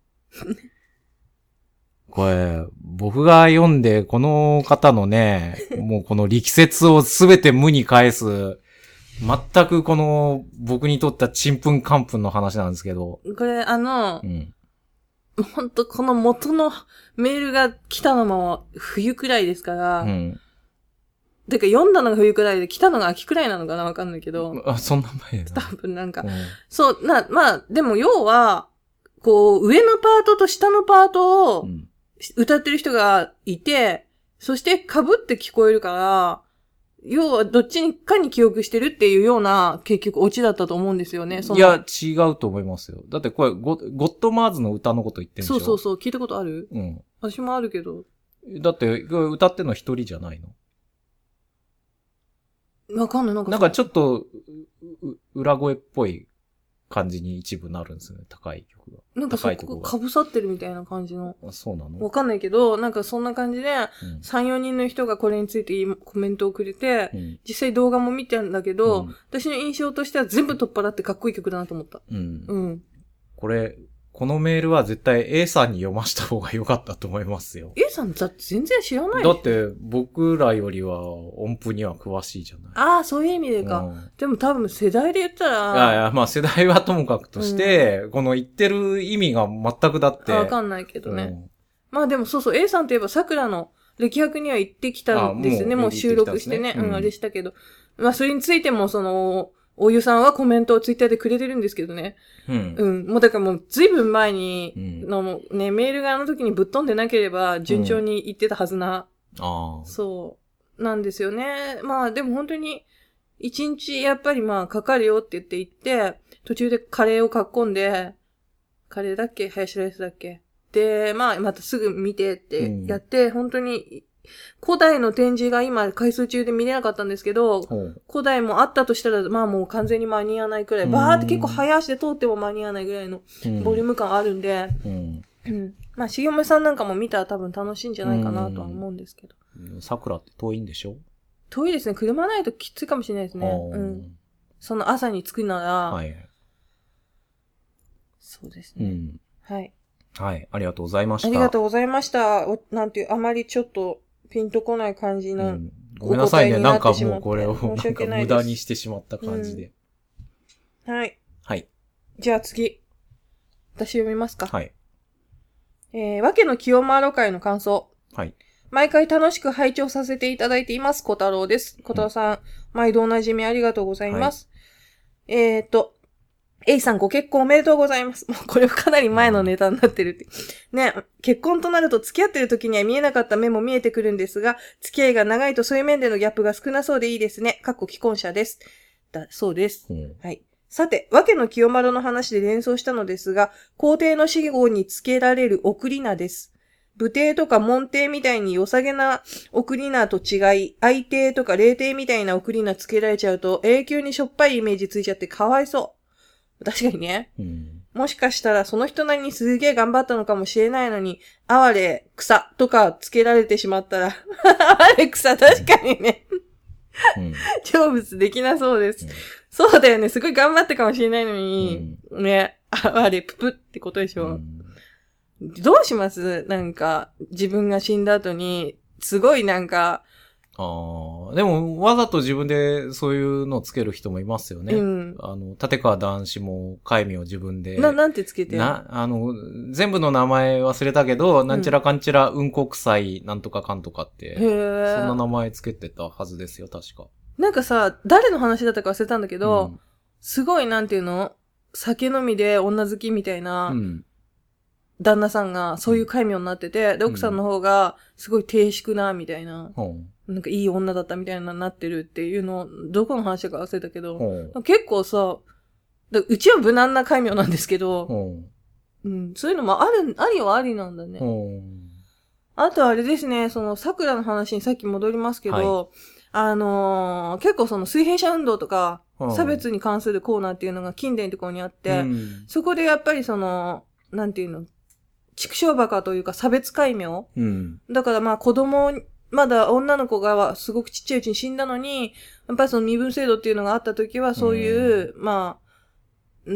これ、僕が読んで、この方のね、もうこの力説をすべて無に返す、全くこの僕にとったちんぷんかんぷんの話なんですけど。 これ、あの、 うん、 ほんとこの元のメールが来たのも冬くらいですから、うん。てか読んだのが冬くらいで来たのが秋くらいなのかなわかんないけど。 あ、そんな前だ。多分なんか、うん、そう、な、まあ、でも要は、こう、上のパートと下のパートを歌ってる人がいて、うん、そして被って聞こえるから、要はどっちかに記憶してるっていうような結局オチだったと思うんですよね。 そのいや、違うと思いますよ。だってこれゴ、ゴッドマーズの歌のこと言ってるんでしょ。 そうそうそう、聞いたことある？ うん。 私もあるけど。 だって、歌ってんの一人じゃないの？ わかんない。なんか、 なんかちょっと、裏声っぽい感じに一部なるんですよね。高い曲が。 なんかそこが被さってるみたいな感じの。 あ、そうなの？ わかんないけど、なんかそんな感じで、うん、さん、よにんの人がこれについてコメントをくれて、うん、実際動画も見てるんだけど、うん、私の印象としては全部取っ払ってかっこいい曲だなと思った。 うん。うん。これ、このメールは絶対 A さんに読ました方が良かったと思いますよ。 A さんだって全然知らないだって僕らよりは音符には詳しいじゃない。 ああ、そういう意味でか。うん、でも多分世代で言ったら。 いやいや、まあ世代はともかくとして、うん、この言ってる意味が全くだって。 わかんないけどね。うん、まあでもそうそう、A さんといえば桜の歴博には行ってきたんですよね。もう, もう収録してね。うん、うん、あれしたけど。まあそれについてもその、おゆさんはコメントをツイッターでくれてるんですけどね。うん。うん。もうだからもうずいぶん前に、の、うん、ね、メールがあの時にぶっ飛んでなければ順調に言ってたはずな。うん、ああ。そう。なんですよね。まあでも本当に、一日やっぱりまあかかるよって言って言って、途中でカレーをかっこんで、カレーだっけハヤシライスだっけで、まあまたすぐ見てってやって、うん、本当に古代の展示が今回数中で見れなかったんですけど、古代もあったとしたら、まあもう完全に間に合わないくらい、バーって結構早足で通っても間に合わないぐらいのボリューム感あるんで、うんうん、まあ、しげむさんなんかも見たら多分楽しいんじゃないかなとは思うんですけど。 桜って遠いんでしょ？ 遠いですね。車ないときついかもしれないですね。うん。その朝に着くなら、はい。そうですね。うん、はい。 はい。ありがとうございました。 ありがとうございました。なんていう、あまりちょっとピンとこない感じの、うん、 ごめんなさいね。なんかもうこれをなんか無駄にしてしまった感じで。 うん、はい。 はい。 じゃあ次。私読みますか？ はい。 えー、わけの清丸会の感想。 はい。 毎回楽しく拝聴させていただいています。小太郎です。小太郎さん、うん、毎度おなじみありがとうございます。はい、えーと、A さんご結婚おめでとうございます。もうこれはかなり前のネタになってるって。ね、結婚となると付き合ってる時には見えなかった面も見えてくるんですが、付き合いが長いとそういう面でのギャップが少なそうでいいですね。かっこ既婚者です。だそうです。うん、はい。さて、わけの清丸の話で連想したのですが、皇帝の死後につけられる送り名です。武帝とか門帝みたいに良さげな送り名と違い、愛帝とか霊帝みたいな送り名つけられちゃうと永久にしょっぱいイメージついちゃってかわいそう。確かにね。うん、もしかしたらその人なりにすげえ頑張ったのかもしれないのに、哀れ草とかつけられてしまったら、哀れ草確かにね。うん、成仏できなそうです、うん。そうだよね。すごい頑張ったかもしれないのに、うん、ね、哀れぷぷってことでしょ。うんどうしますなんか、自分が死んだ後に、すごいなんか。 ああ、でも、わざと自分でそういうのをつける人もいますよね。うん。あの、立川談志も、戒名を自分で。 な、なんてつけてるな、あの、全部の名前忘れたけど、なんちゃらかんちゃら、うんこ臭い、なんとかかんとかって。へー。そんな名前つけてたはずですよ、確か。 なんかさ、誰の話だったか忘れたんだけど、うん、すごいなんていうの酒飲みで女好きみたいな、うん旦那さんがそういう戒名になってて、で、奥さんの方がすごい低粛な、みたいな、うん、なんかいい女だったみたいななってるっていうの、どこの話だか忘れたけど、うん、結構さ、うちは無難な戒名なんですけど、うん、うん、そういうのもある、ありはありなんだね。うん、あとあれですね、その桜の話にさっき戻りますけど、はい、あのー、結構その水平社運動とか、差別に関するコーナーっていうのが近代のところにあって、うん、そこでやっぱりその、なんていうの、畜生バカというか差別戒名、うん、だからまあ子供、まだ女の子がすごくちっちゃいうちに死んだのに、やっぱりその身分制度っていうのがあった時はそういう、うん、まあ、うん、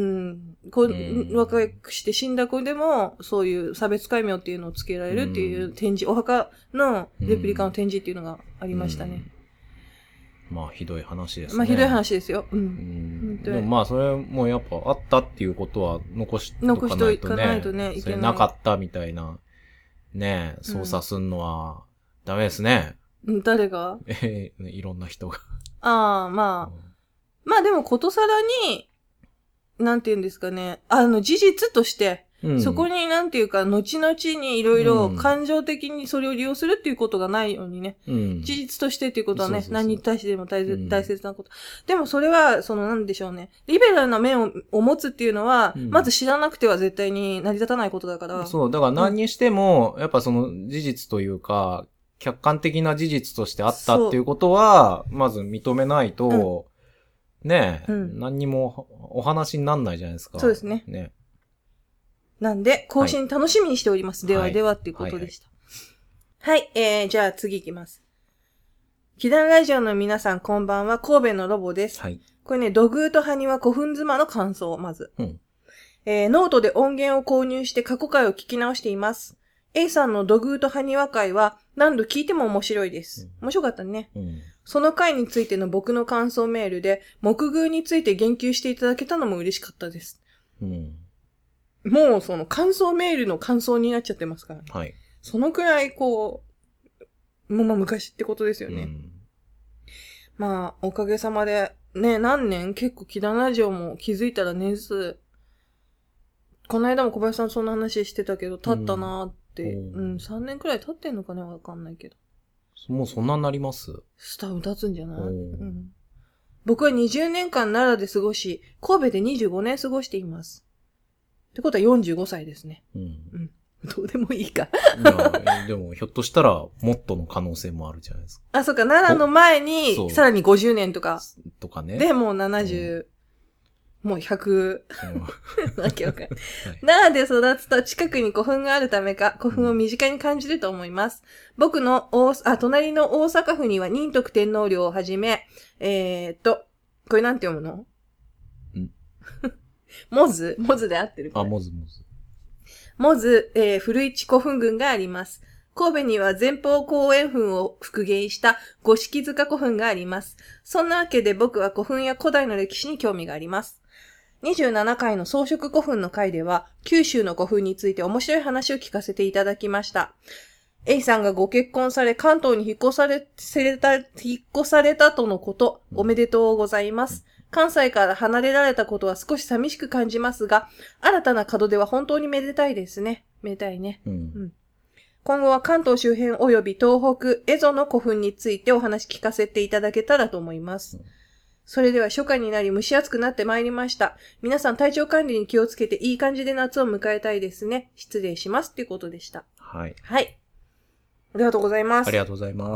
こう、うん、若くして死んだ子でもそういう差別戒名っていうのをつけられるっていう展示、うん、お墓のレプリカの展示っていうのがありましたね。うんまあ、ひどい話ですね。 まあ、ひどい話ですよ。うん。うんでもまあ、それもやっぱあったっていうことは残しとかないとね。残しとかないとね、いけない。それなかったみたいな、ね、操作すんのはダメですね。 うん、誰がええ、いろんな人が。 ああ、まあ。うん、まあでも、ことさらに、なんて言うんですかね。あの、事実として、うん、そこになんていうか、後々にいろいろ感情的にそれを利用するっていうことがないようにね。うん、事実としてっていうことはね、そうそうそう何に対してでも 大,、うん、大切なこと。でもそれは、そのなんでしょうね。リベラルな面をを持つっていうのは、うん、まず知らなくては絶対に成り立たないことだから。 そう、だから何にしても、うん、やっぱその事実というか、客観的な事実としてあったっていうことは、まず認めないと、うん、ねえ、うん、何にもお話になんないじゃないですか。 そうですね。ねなんで、更新楽しみにしております。はい、ではではっていうことでした。はい、はいはい、えー、じゃあ次行きます。キダンラジオの皆さんこんばんは、神戸のロボです。はい。これね、土偶とハニワ古墳妻の感想、まず。うん。えー、ノートで音源を購入して過去回を聞き直しています。A さんの土偶とハニワ回は何度聞いても面白いです。うん、面白かったね。うん。その回についての僕の感想メールで、木偶について言及していただけたのも嬉しかったです。うん。もうその感想メールの感想になっちゃってますから、ね。はい。そのくらいこう、もうまあ昔ってことですよね。うん、まあ、おかげさまで、ね、何年結構キダラジオも気づいたら年数、この間も小林さんそんな話してたけど、経ったなーって、うん、うん、さんねんくらい経ってんのかねわかんないけど。 もうそんなになります？ 多分経つんじゃない？うん。僕はにじゅうねんかん奈良で過ごし、神戸でにじゅうごねん過ごしています。ってことはよんじゅうごさいですね。うん。うん。 どうでもいいか。 いや、でも、ひょっとしたら、もっとの可能性もあるじゃないですか。 あ、そうか、ななの前に、さらにごじゅうねんとか。 とかね。 で、もうななじゅう、うん、もうひゃく、わけわかんない。奈良で育つと近くに古墳があるためか、古墳を身近に感じると思います。うん、僕の大、あ、隣の大阪府には仁徳天皇陵をはじめ、えーっと、これなんて読むの？んモズモズで合ってる？ あ、モズモズ。 モズ、えー、古市古墳群があります。神戸には前方後円墳を復元した五色塚古墳があります。そんなわけで僕は古墳や古代の歴史に興味があります。にじゅうななかいの装飾古墳の回では、九州の古墳について面白い話を聞かせていただきました。A さんがご結婚され、関東に引っ越され、せれた、引っ越されたとのこと、おめでとうございます。関西から離れられたことは少し寂しく感じますが、新たな門出は本当にめでたいですね。めでたいね。うんうん、今後は関東周辺及び東北、蝦夷の古墳についてお話聞かせていただけたらと思います。うん、それでは初夏になり蒸し暑くなってまいりました。皆さん体調管理に気をつけていい感じで夏を迎えたいですね。失礼しますっていうことでした。 はい。 はい。ありがとうございます。 ありがとうございます。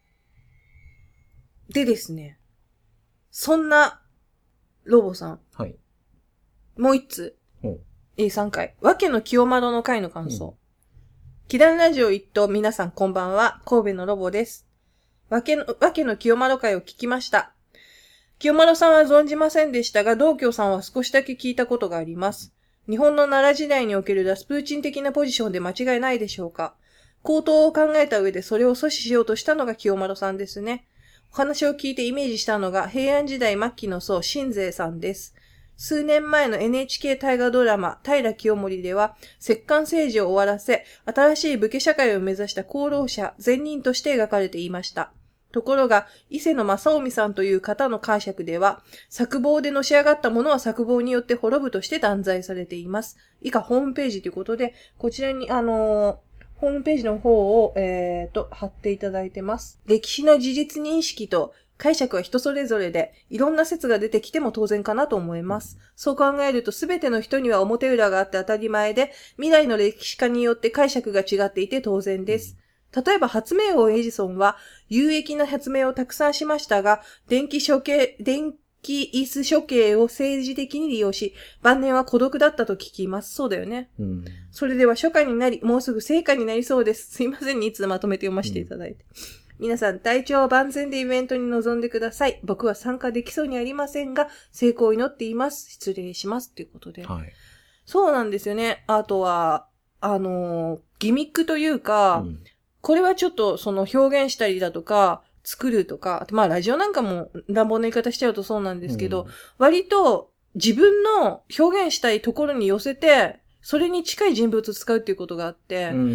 でですね。そんな、ロボさん。 はい。 もう一つ。えー、さんかい。わけの清窓の回の感想。うん、祈願ラジオ一等皆さんこんばんは。神戸のロボです。わけの、わけの清窓回を聞きました。清丸さんは存じませんでしたが、道教さんは少しだけ聞いたことがあります。日本の奈良時代におけるラスプーチン的なポジションで間違いないでしょうか。口頭を考えた上でそれを阻止しようとしたのが清丸さんですね。お話を聞いてイメージしたのが平安時代末期の僧、新勢さんです。数年前の エヌエイチケー 大河ドラマ、平清盛では、摂関政治を終わらせ、新しい武家社会を目指した功労者、善人として描かれていました。ところが、伊勢の正臣さんという方の解釈では、作謀でのし上がったものは作謀によって滅ぶとして断罪されています。以下、ホームページということで、こちらに、あのー、ホームページの方を、えーと、貼っていただいてます。歴史の事実認識と解釈は人それぞれで、いろんな説が出てきても当然かなと思います。そう考えると、すべての人には表裏があって当たり前で、未来の歴史家によって解釈が違っていて当然です。例えば発明王エジソンは有益な発明をたくさんしましたが、電気処刑、電気椅子処刑を政治的に利用し、晩年は孤独だったと聞きます。そうだよね。うん、それでは初夏になり、もうすぐ盛夏になりそうです。すいませんね、いつまとめて読ませていただいて。うん、皆さん体調万全でイベントに臨んでください。僕は参加できそうにありませんが、成功を祈っています。失礼します。ということで。はい、そうなんですよね。あとは、あのー、ギミックというか、うん、これはちょっとその表現したりだとか、作るとか、まあラジオなんかも乱暴な言い方しちゃうとそうなんですけど、うん、割と自分の表現したいところに寄せて、それに近い人物を使うっていうことがあって、うん、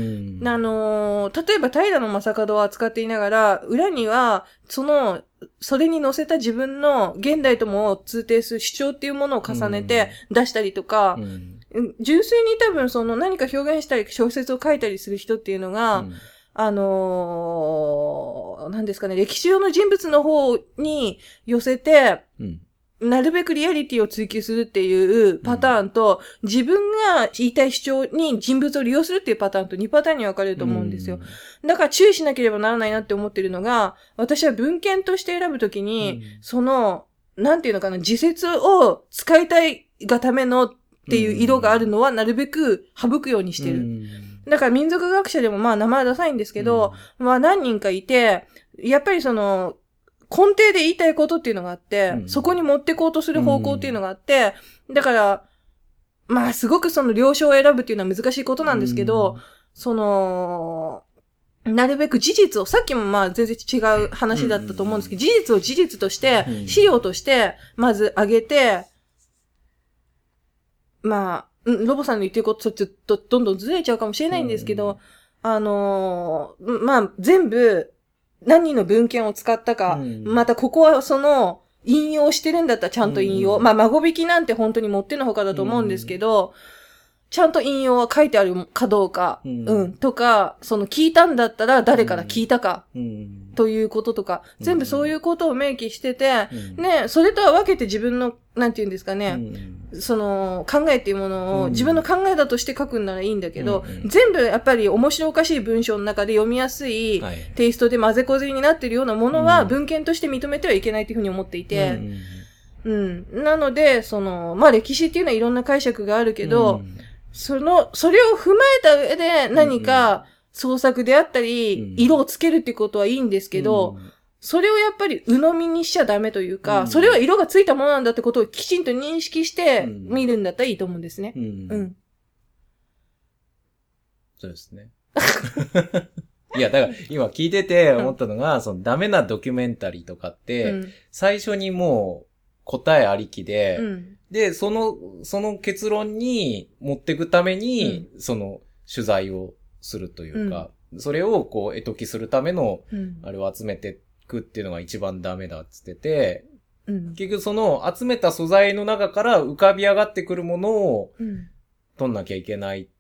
あのー、例えば平野正門を扱っていながら、裏には、その、それに乗せた自分の現代とも通底する主張っていうものを重ねて出したりとか、うんうん、純粋に多分その何か表現したり小説を書いたりする人っていうのが、うんあのー、何ですかね、歴史上の人物の方に寄せて、うん、なるべくリアリティを追求するっていうパターンと、うん、自分が言いたい主張に人物を利用するっていうパターンとにパターンに分かれると思うんですよ。うん、だから注意しなければならないなって思ってるのが、私は文献として選ぶときに、うん、その、なんていうのかな、自説を使いたいがためのっていう色があるのはなるべく省くようにしてる。うんだから民族学者でもまあ名前はダサいんですけど、うん、まあ何人かいて、やっぱりその、根底で言いたいことっていうのがあって、うん、そこに持ってこうとする方向っていうのがあって、うん、だから、まあすごくその了承を選ぶっていうのは難しいことなんですけど、うん、その、なるべく事実を、さっきもまあ全然違う話だったと思うんですけど、事実を事実として、資料として、まず上げて、まあ、ロボさんの言ってることちょっとどんどんずれちゃうかもしれないんですけど、うん、あのー、まあ、全部何の文献を使ったか、うん、またここはその引用してるんだったらちゃんと引用。うん、まあ、孫引きなんて本当にもってのほかだと思うんですけど、うん、ちゃんと引用は書いてあるかどうか、うん、うん、とか、その聞いたんだったら誰から聞いたか、うん、ということとか、うん、全部そういうことを明記してて、うん、ね、それとは分けて自分の、なんて言うんですかね、うん、 その考えっていうものを自分の考えだとして書くんならいいんだけど、うんうん、全部やっぱり面白おかしい文章の中で読みやすいテイストで混ぜこぜになってるようなものは文献として認めてはいけないというふうに思っていて、うん、うん。なので、その、まあ歴史っていうのはいろんな解釈があるけど、うん、その、それを踏まえた上で何か創作であったり、うん、色をつけるっていうことはいいんですけど、うん、それをやっぱり鵜呑みにしちゃダメというか、うん、それは色がついたものなんだってことをきちんと認識して見るんだったらいいと思うんですね。うん。うんうん、 そうですね。いや、だから今聞いてて思ったのが、うん、そのダメなドキュメンタリーとかって、うん、最初にもう答えありきで、うん、で、その、その結論に持っていくために、うん、その取材をするというか、うん、それをこう、得解きするための、あれを集めて、くっていうのが一番ダメだっつってて、うん、結局その集めた素材の中から浮かび上がってくるものを取んなきゃいけないって、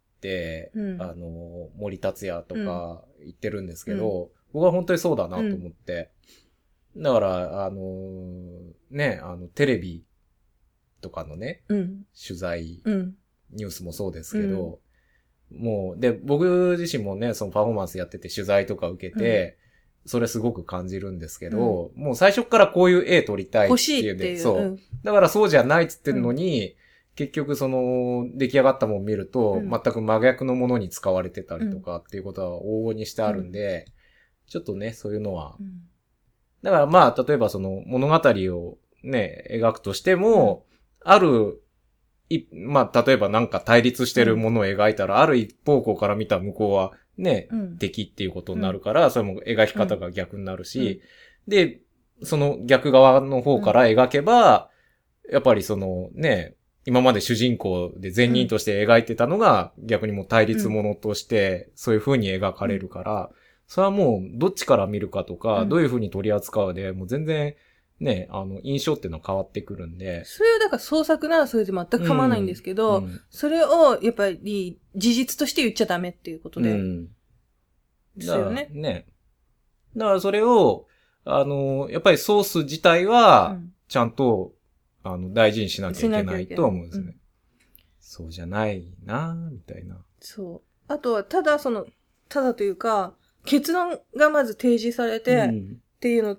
うん、あの、森達也とか言ってるんですけど、うん、僕は本当にそうだなと思って。うん、だから、あの、ね、あの、テレビとかのね、うん、取材、うん、ニュースもそうですけど、うん、もう、で、僕自身もね、そのパフォーマンスやってて取材とか受けて、うんそれすごく感じるんですけど、うん、もう最初からこういう絵撮りたいっていうね。そう、うん。だからそうじゃないっつってるのに、うん、結局その出来上がったものを見ると、うん、全く真逆のものに使われてたりとかっていうことは往々にしてあるんで、うん、ちょっとね、そういうのは。うん、だからまあ、例えばその物語をね、描くとしても、うん、ある、い、まあ、例えばなんか対立してるものを描いたら、うん、ある一方向から見た向こうは、ね、うん、敵っていうことになるから、うん、それも描き方が逆になるし、うん、で、その逆側の方から描けば、うん、やっぱりそのね、今まで主人公で善人として描いてたのが、逆にもう対立ものとして、そういう風に描かれるから、それはもうどっちから見るかとか、どういう風に取り扱うで、もう全然、ね、あの、印象っていうのは変わってくるんで。 それはだから創作ならそれで全く構わないんですけど、うんうん、それをやっぱり事実として言っちゃダメっていうことで。うん、ですよね。 ね。だからそれを、あの、やっぱりソース自体は、ちゃんと、うん、あの、大事にしなきゃいけないと思うんですね。うん、そうじゃないなみたいな。 そう。あとは、ただその、ただというか、結論がまず提示されて、うん、っていうのって、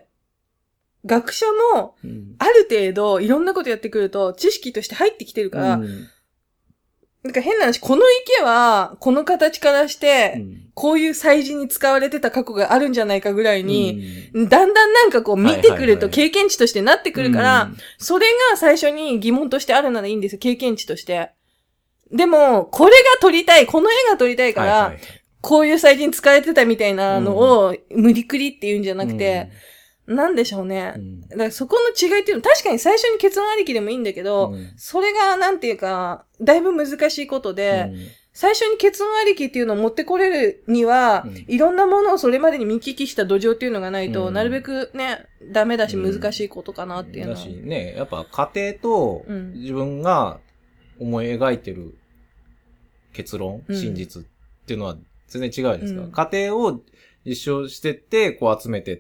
学者も、ある程度いろんなことやってくると、知識として入ってきてるから、うん、なんか変な話、この池は、この形からして、うん、こういう祭事に使われてた過去があるんじゃないかぐらいに、うん、だんだんなんかこう見てくると経験値としてなってくるから、はいはいはい、それが最初に疑問としてあるならいいんですよ、経験値として。でも、これが撮りたい、この絵が撮りたいから、はいはいはい、こういう祭事に使われてたみたいなのを無理くりっていうんじゃなくて、うん、なんでしょうね。うん、だからそこの違いっていうのは確かに最初に結論ありきでもいいんだけど、うん、それがなんていうか、だいぶ難しいことで、うん、最初に結論ありきっていうのを持ってこれるには、うん、いろんなものをそれまでに見聞きした土壌っていうのがないと、うん、なるべくね、ダメだし難しいことかなっていうのは。 だしね、やっぱ家庭と自分が思い描いてる結論、うん、真実っていうのは全然違うじゃないですか。うん、家庭を実証してって、こう集めてって、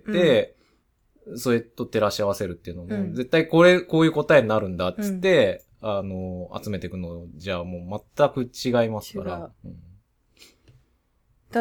うん、それと照らし合わせるっていうのも、うん、絶対これ、こういう答えになるんだっつって、うん、あの、集めていくのじゃあもう全く違いますから。うん、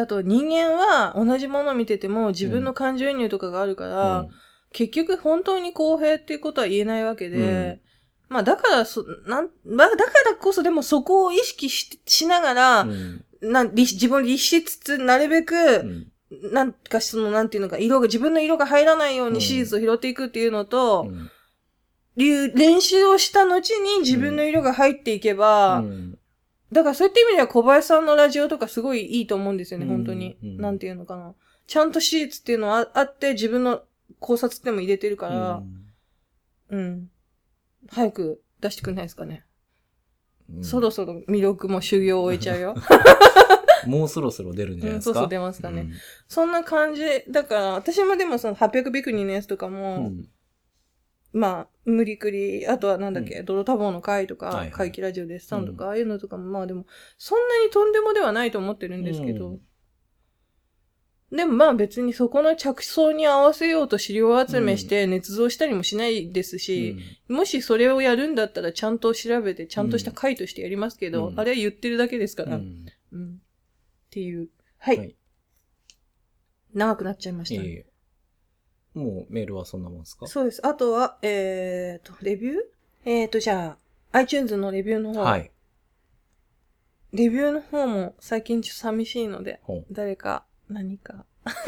あと人間は同じものを見てても自分の感情移入とかがあるから、うん、結局本当に公平っていうことは言えないわけで、うんまあだからそ、なん、まあだからこそでもそこを意識し、しながら、うん、な自分を律しつつ、なるべく、うん、なんかその、なんていうのか、色が、自分の色が入らないように史実を拾っていくっていうのと、うん、練習をした後に自分の色が入っていけば、うん、だからそういった意味では小林さんのラジオとかすごいいいと思うんですよね、本当に。うん、なんていうのかな。ちゃんと史実っていうのはあって自分の考察っても入れてるから、うん。うん早く出してくんないですかね、うん、そろそろ魅力も修行を終えちゃうよ。 もうそろそろ出るんじゃないですか、うん、 そうそう出ますかね、うん。そんな感じ。だから、私もでもそのはっぴゃくビクニのやつとかも、うん、まあ、無理くり、あとはなんだっけ、うん、ドロタボの会とか、はいはい、怪奇ラジオデッサンとか、うん、ああいうのとかも、まあでも、そんなにとんでもではないと思ってるんですけど、 でもまあ別にそこの着想に合わせようと資料集めして捏造したりもしないですし、うん、もしそれをやるんだったらちゃんと調べてちゃんとした回としてやりますけど、うん、あれは言ってるだけですから。うんうん、っていう。はい。はい、長くなっちゃいましたね。 えー、もうメールはそんなもんですか？ そうです。あとは、えーと、レビューえーと、じゃあ、iTunes のレビューの方。はい。レビューの方も最近ちょっと寂しいので、誰か、何か。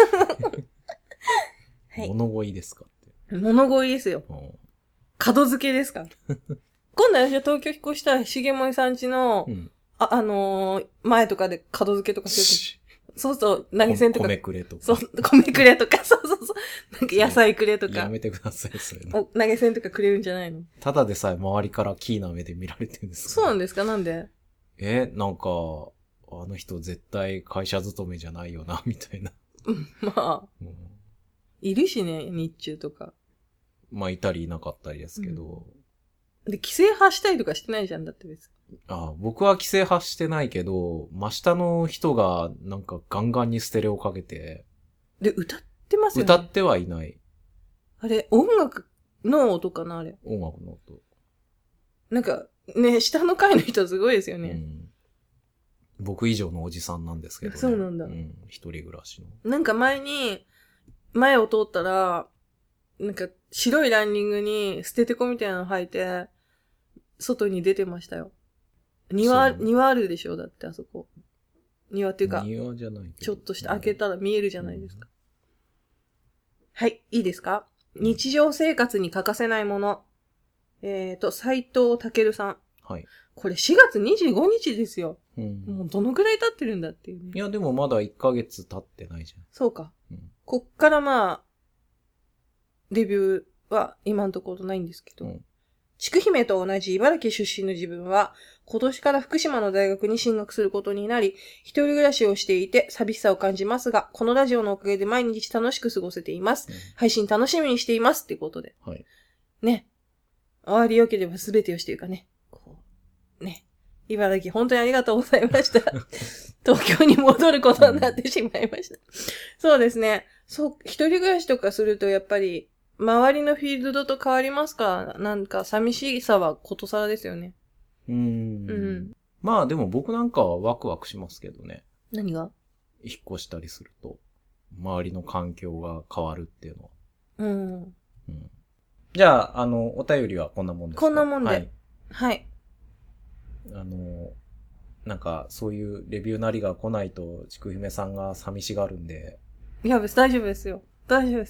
はい。物乞いですかって。物乞いですよ。角付けですか。今度私は東京引っ越したら、しげもえさんちの、うん、あ、あのー、前とかで角付けとかすると。そうそう、投げ銭とか。 米くれとか。 そう、米くれとか、そうそうそう。なんか野菜くれとか。 やめてください、それの。投げ銭とかくれるんじゃないの？ ただでさえ周りからキーな目で見られてるんですか？ そうなんですか？なんで？ え、なんか、あの人絶対会社勤めじゃないよな、みたいな。 まあ、うん。いるしね、日中とか。 まあ、いたりいなかったりですけど。 うん、で、規制発したりとかしてないじゃん、だって別に。 ああ、僕は規制発してないけど、真下の人がなんかガンガンにステレオかけて。 で、歌ってますよね。 歌ってはいない。 あれ、音楽の音かな、あれ。 音楽の音。 なんか、ね、下の階の人すごいですよね。 うん僕以上のおじさんなんですけどね。 そうなんだ。 うん。一人暮らしの。 なんか前に、前を通ったら、なんか白いランニングに捨ててこみたいなの履いて、外に出てましたよ。庭、庭あるでしょだってあそこ。庭っていうか、 庭じゃないけど。 ちょっとして開けたら見えるじゃないですか。うん、はい、いいですか？日常生活に欠かせないもの。えっと、斉藤健さん。はい。これしがつにじゅうごにちですよ。うん、もうどのくらい経ってるんだっていうね。 いや、でもまだいっかげつ経ってないじゃん。 そうか。うん、こっからまあ、レビューは今のところないんですけど。うん、ちくひめと同じ茨城出身の自分は、今年から福島の大学に進学することになり、一人暮らしをしていて寂しさを感じますが、このラジオのおかげで毎日楽しく過ごせています。うん、配信楽しみにしていますってことで。はい。ね。終わり良ければ全てよしというかね。こう。ね。茨城、本当にありがとうございました。東京に戻ることになってしまいました。そうですね。そう、一人暮らしとかするとやっぱり、周りのフィールドと変わりますから、なんか寂しさはことさらですよね。 うーん。うん。まあでも僕なんかはワクワクしますけどね。 何が？ 引っ越したりすると、周りの環境が変わるっていうのは。 うん。うん、 じゃあ、あの、お便りはこんなもんですか？ こんなもんで。はい。はい。 あの、なんか、そういうレビューなりが来ないと、ちくひめさんが寂しがるんで。 いや、別、大丈夫ですよ。大丈夫です。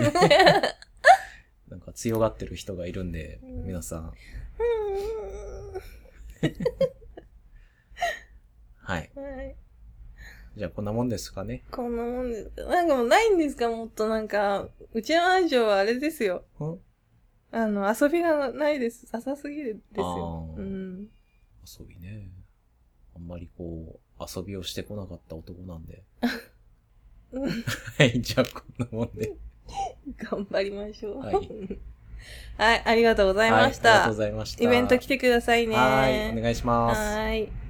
なんか強がってる人がいるんで、皆さん。はい。はい。じゃあ、こんなもんですかね。 こんなもんですか。なんかもうないんですか？もっとなんか、うちのマンションはあれですよ。あの、遊びがないです。浅すぎるですよ。うん。 遊びね。あんまりこう、遊びをしてこなかった男なんで。はい、じゃあこんなもんで。 頑張りましょう。はい。はい、ありがとうございました。 はい、ありがとうございました。 イベント来てくださいね。 はい、お願いします。 はい。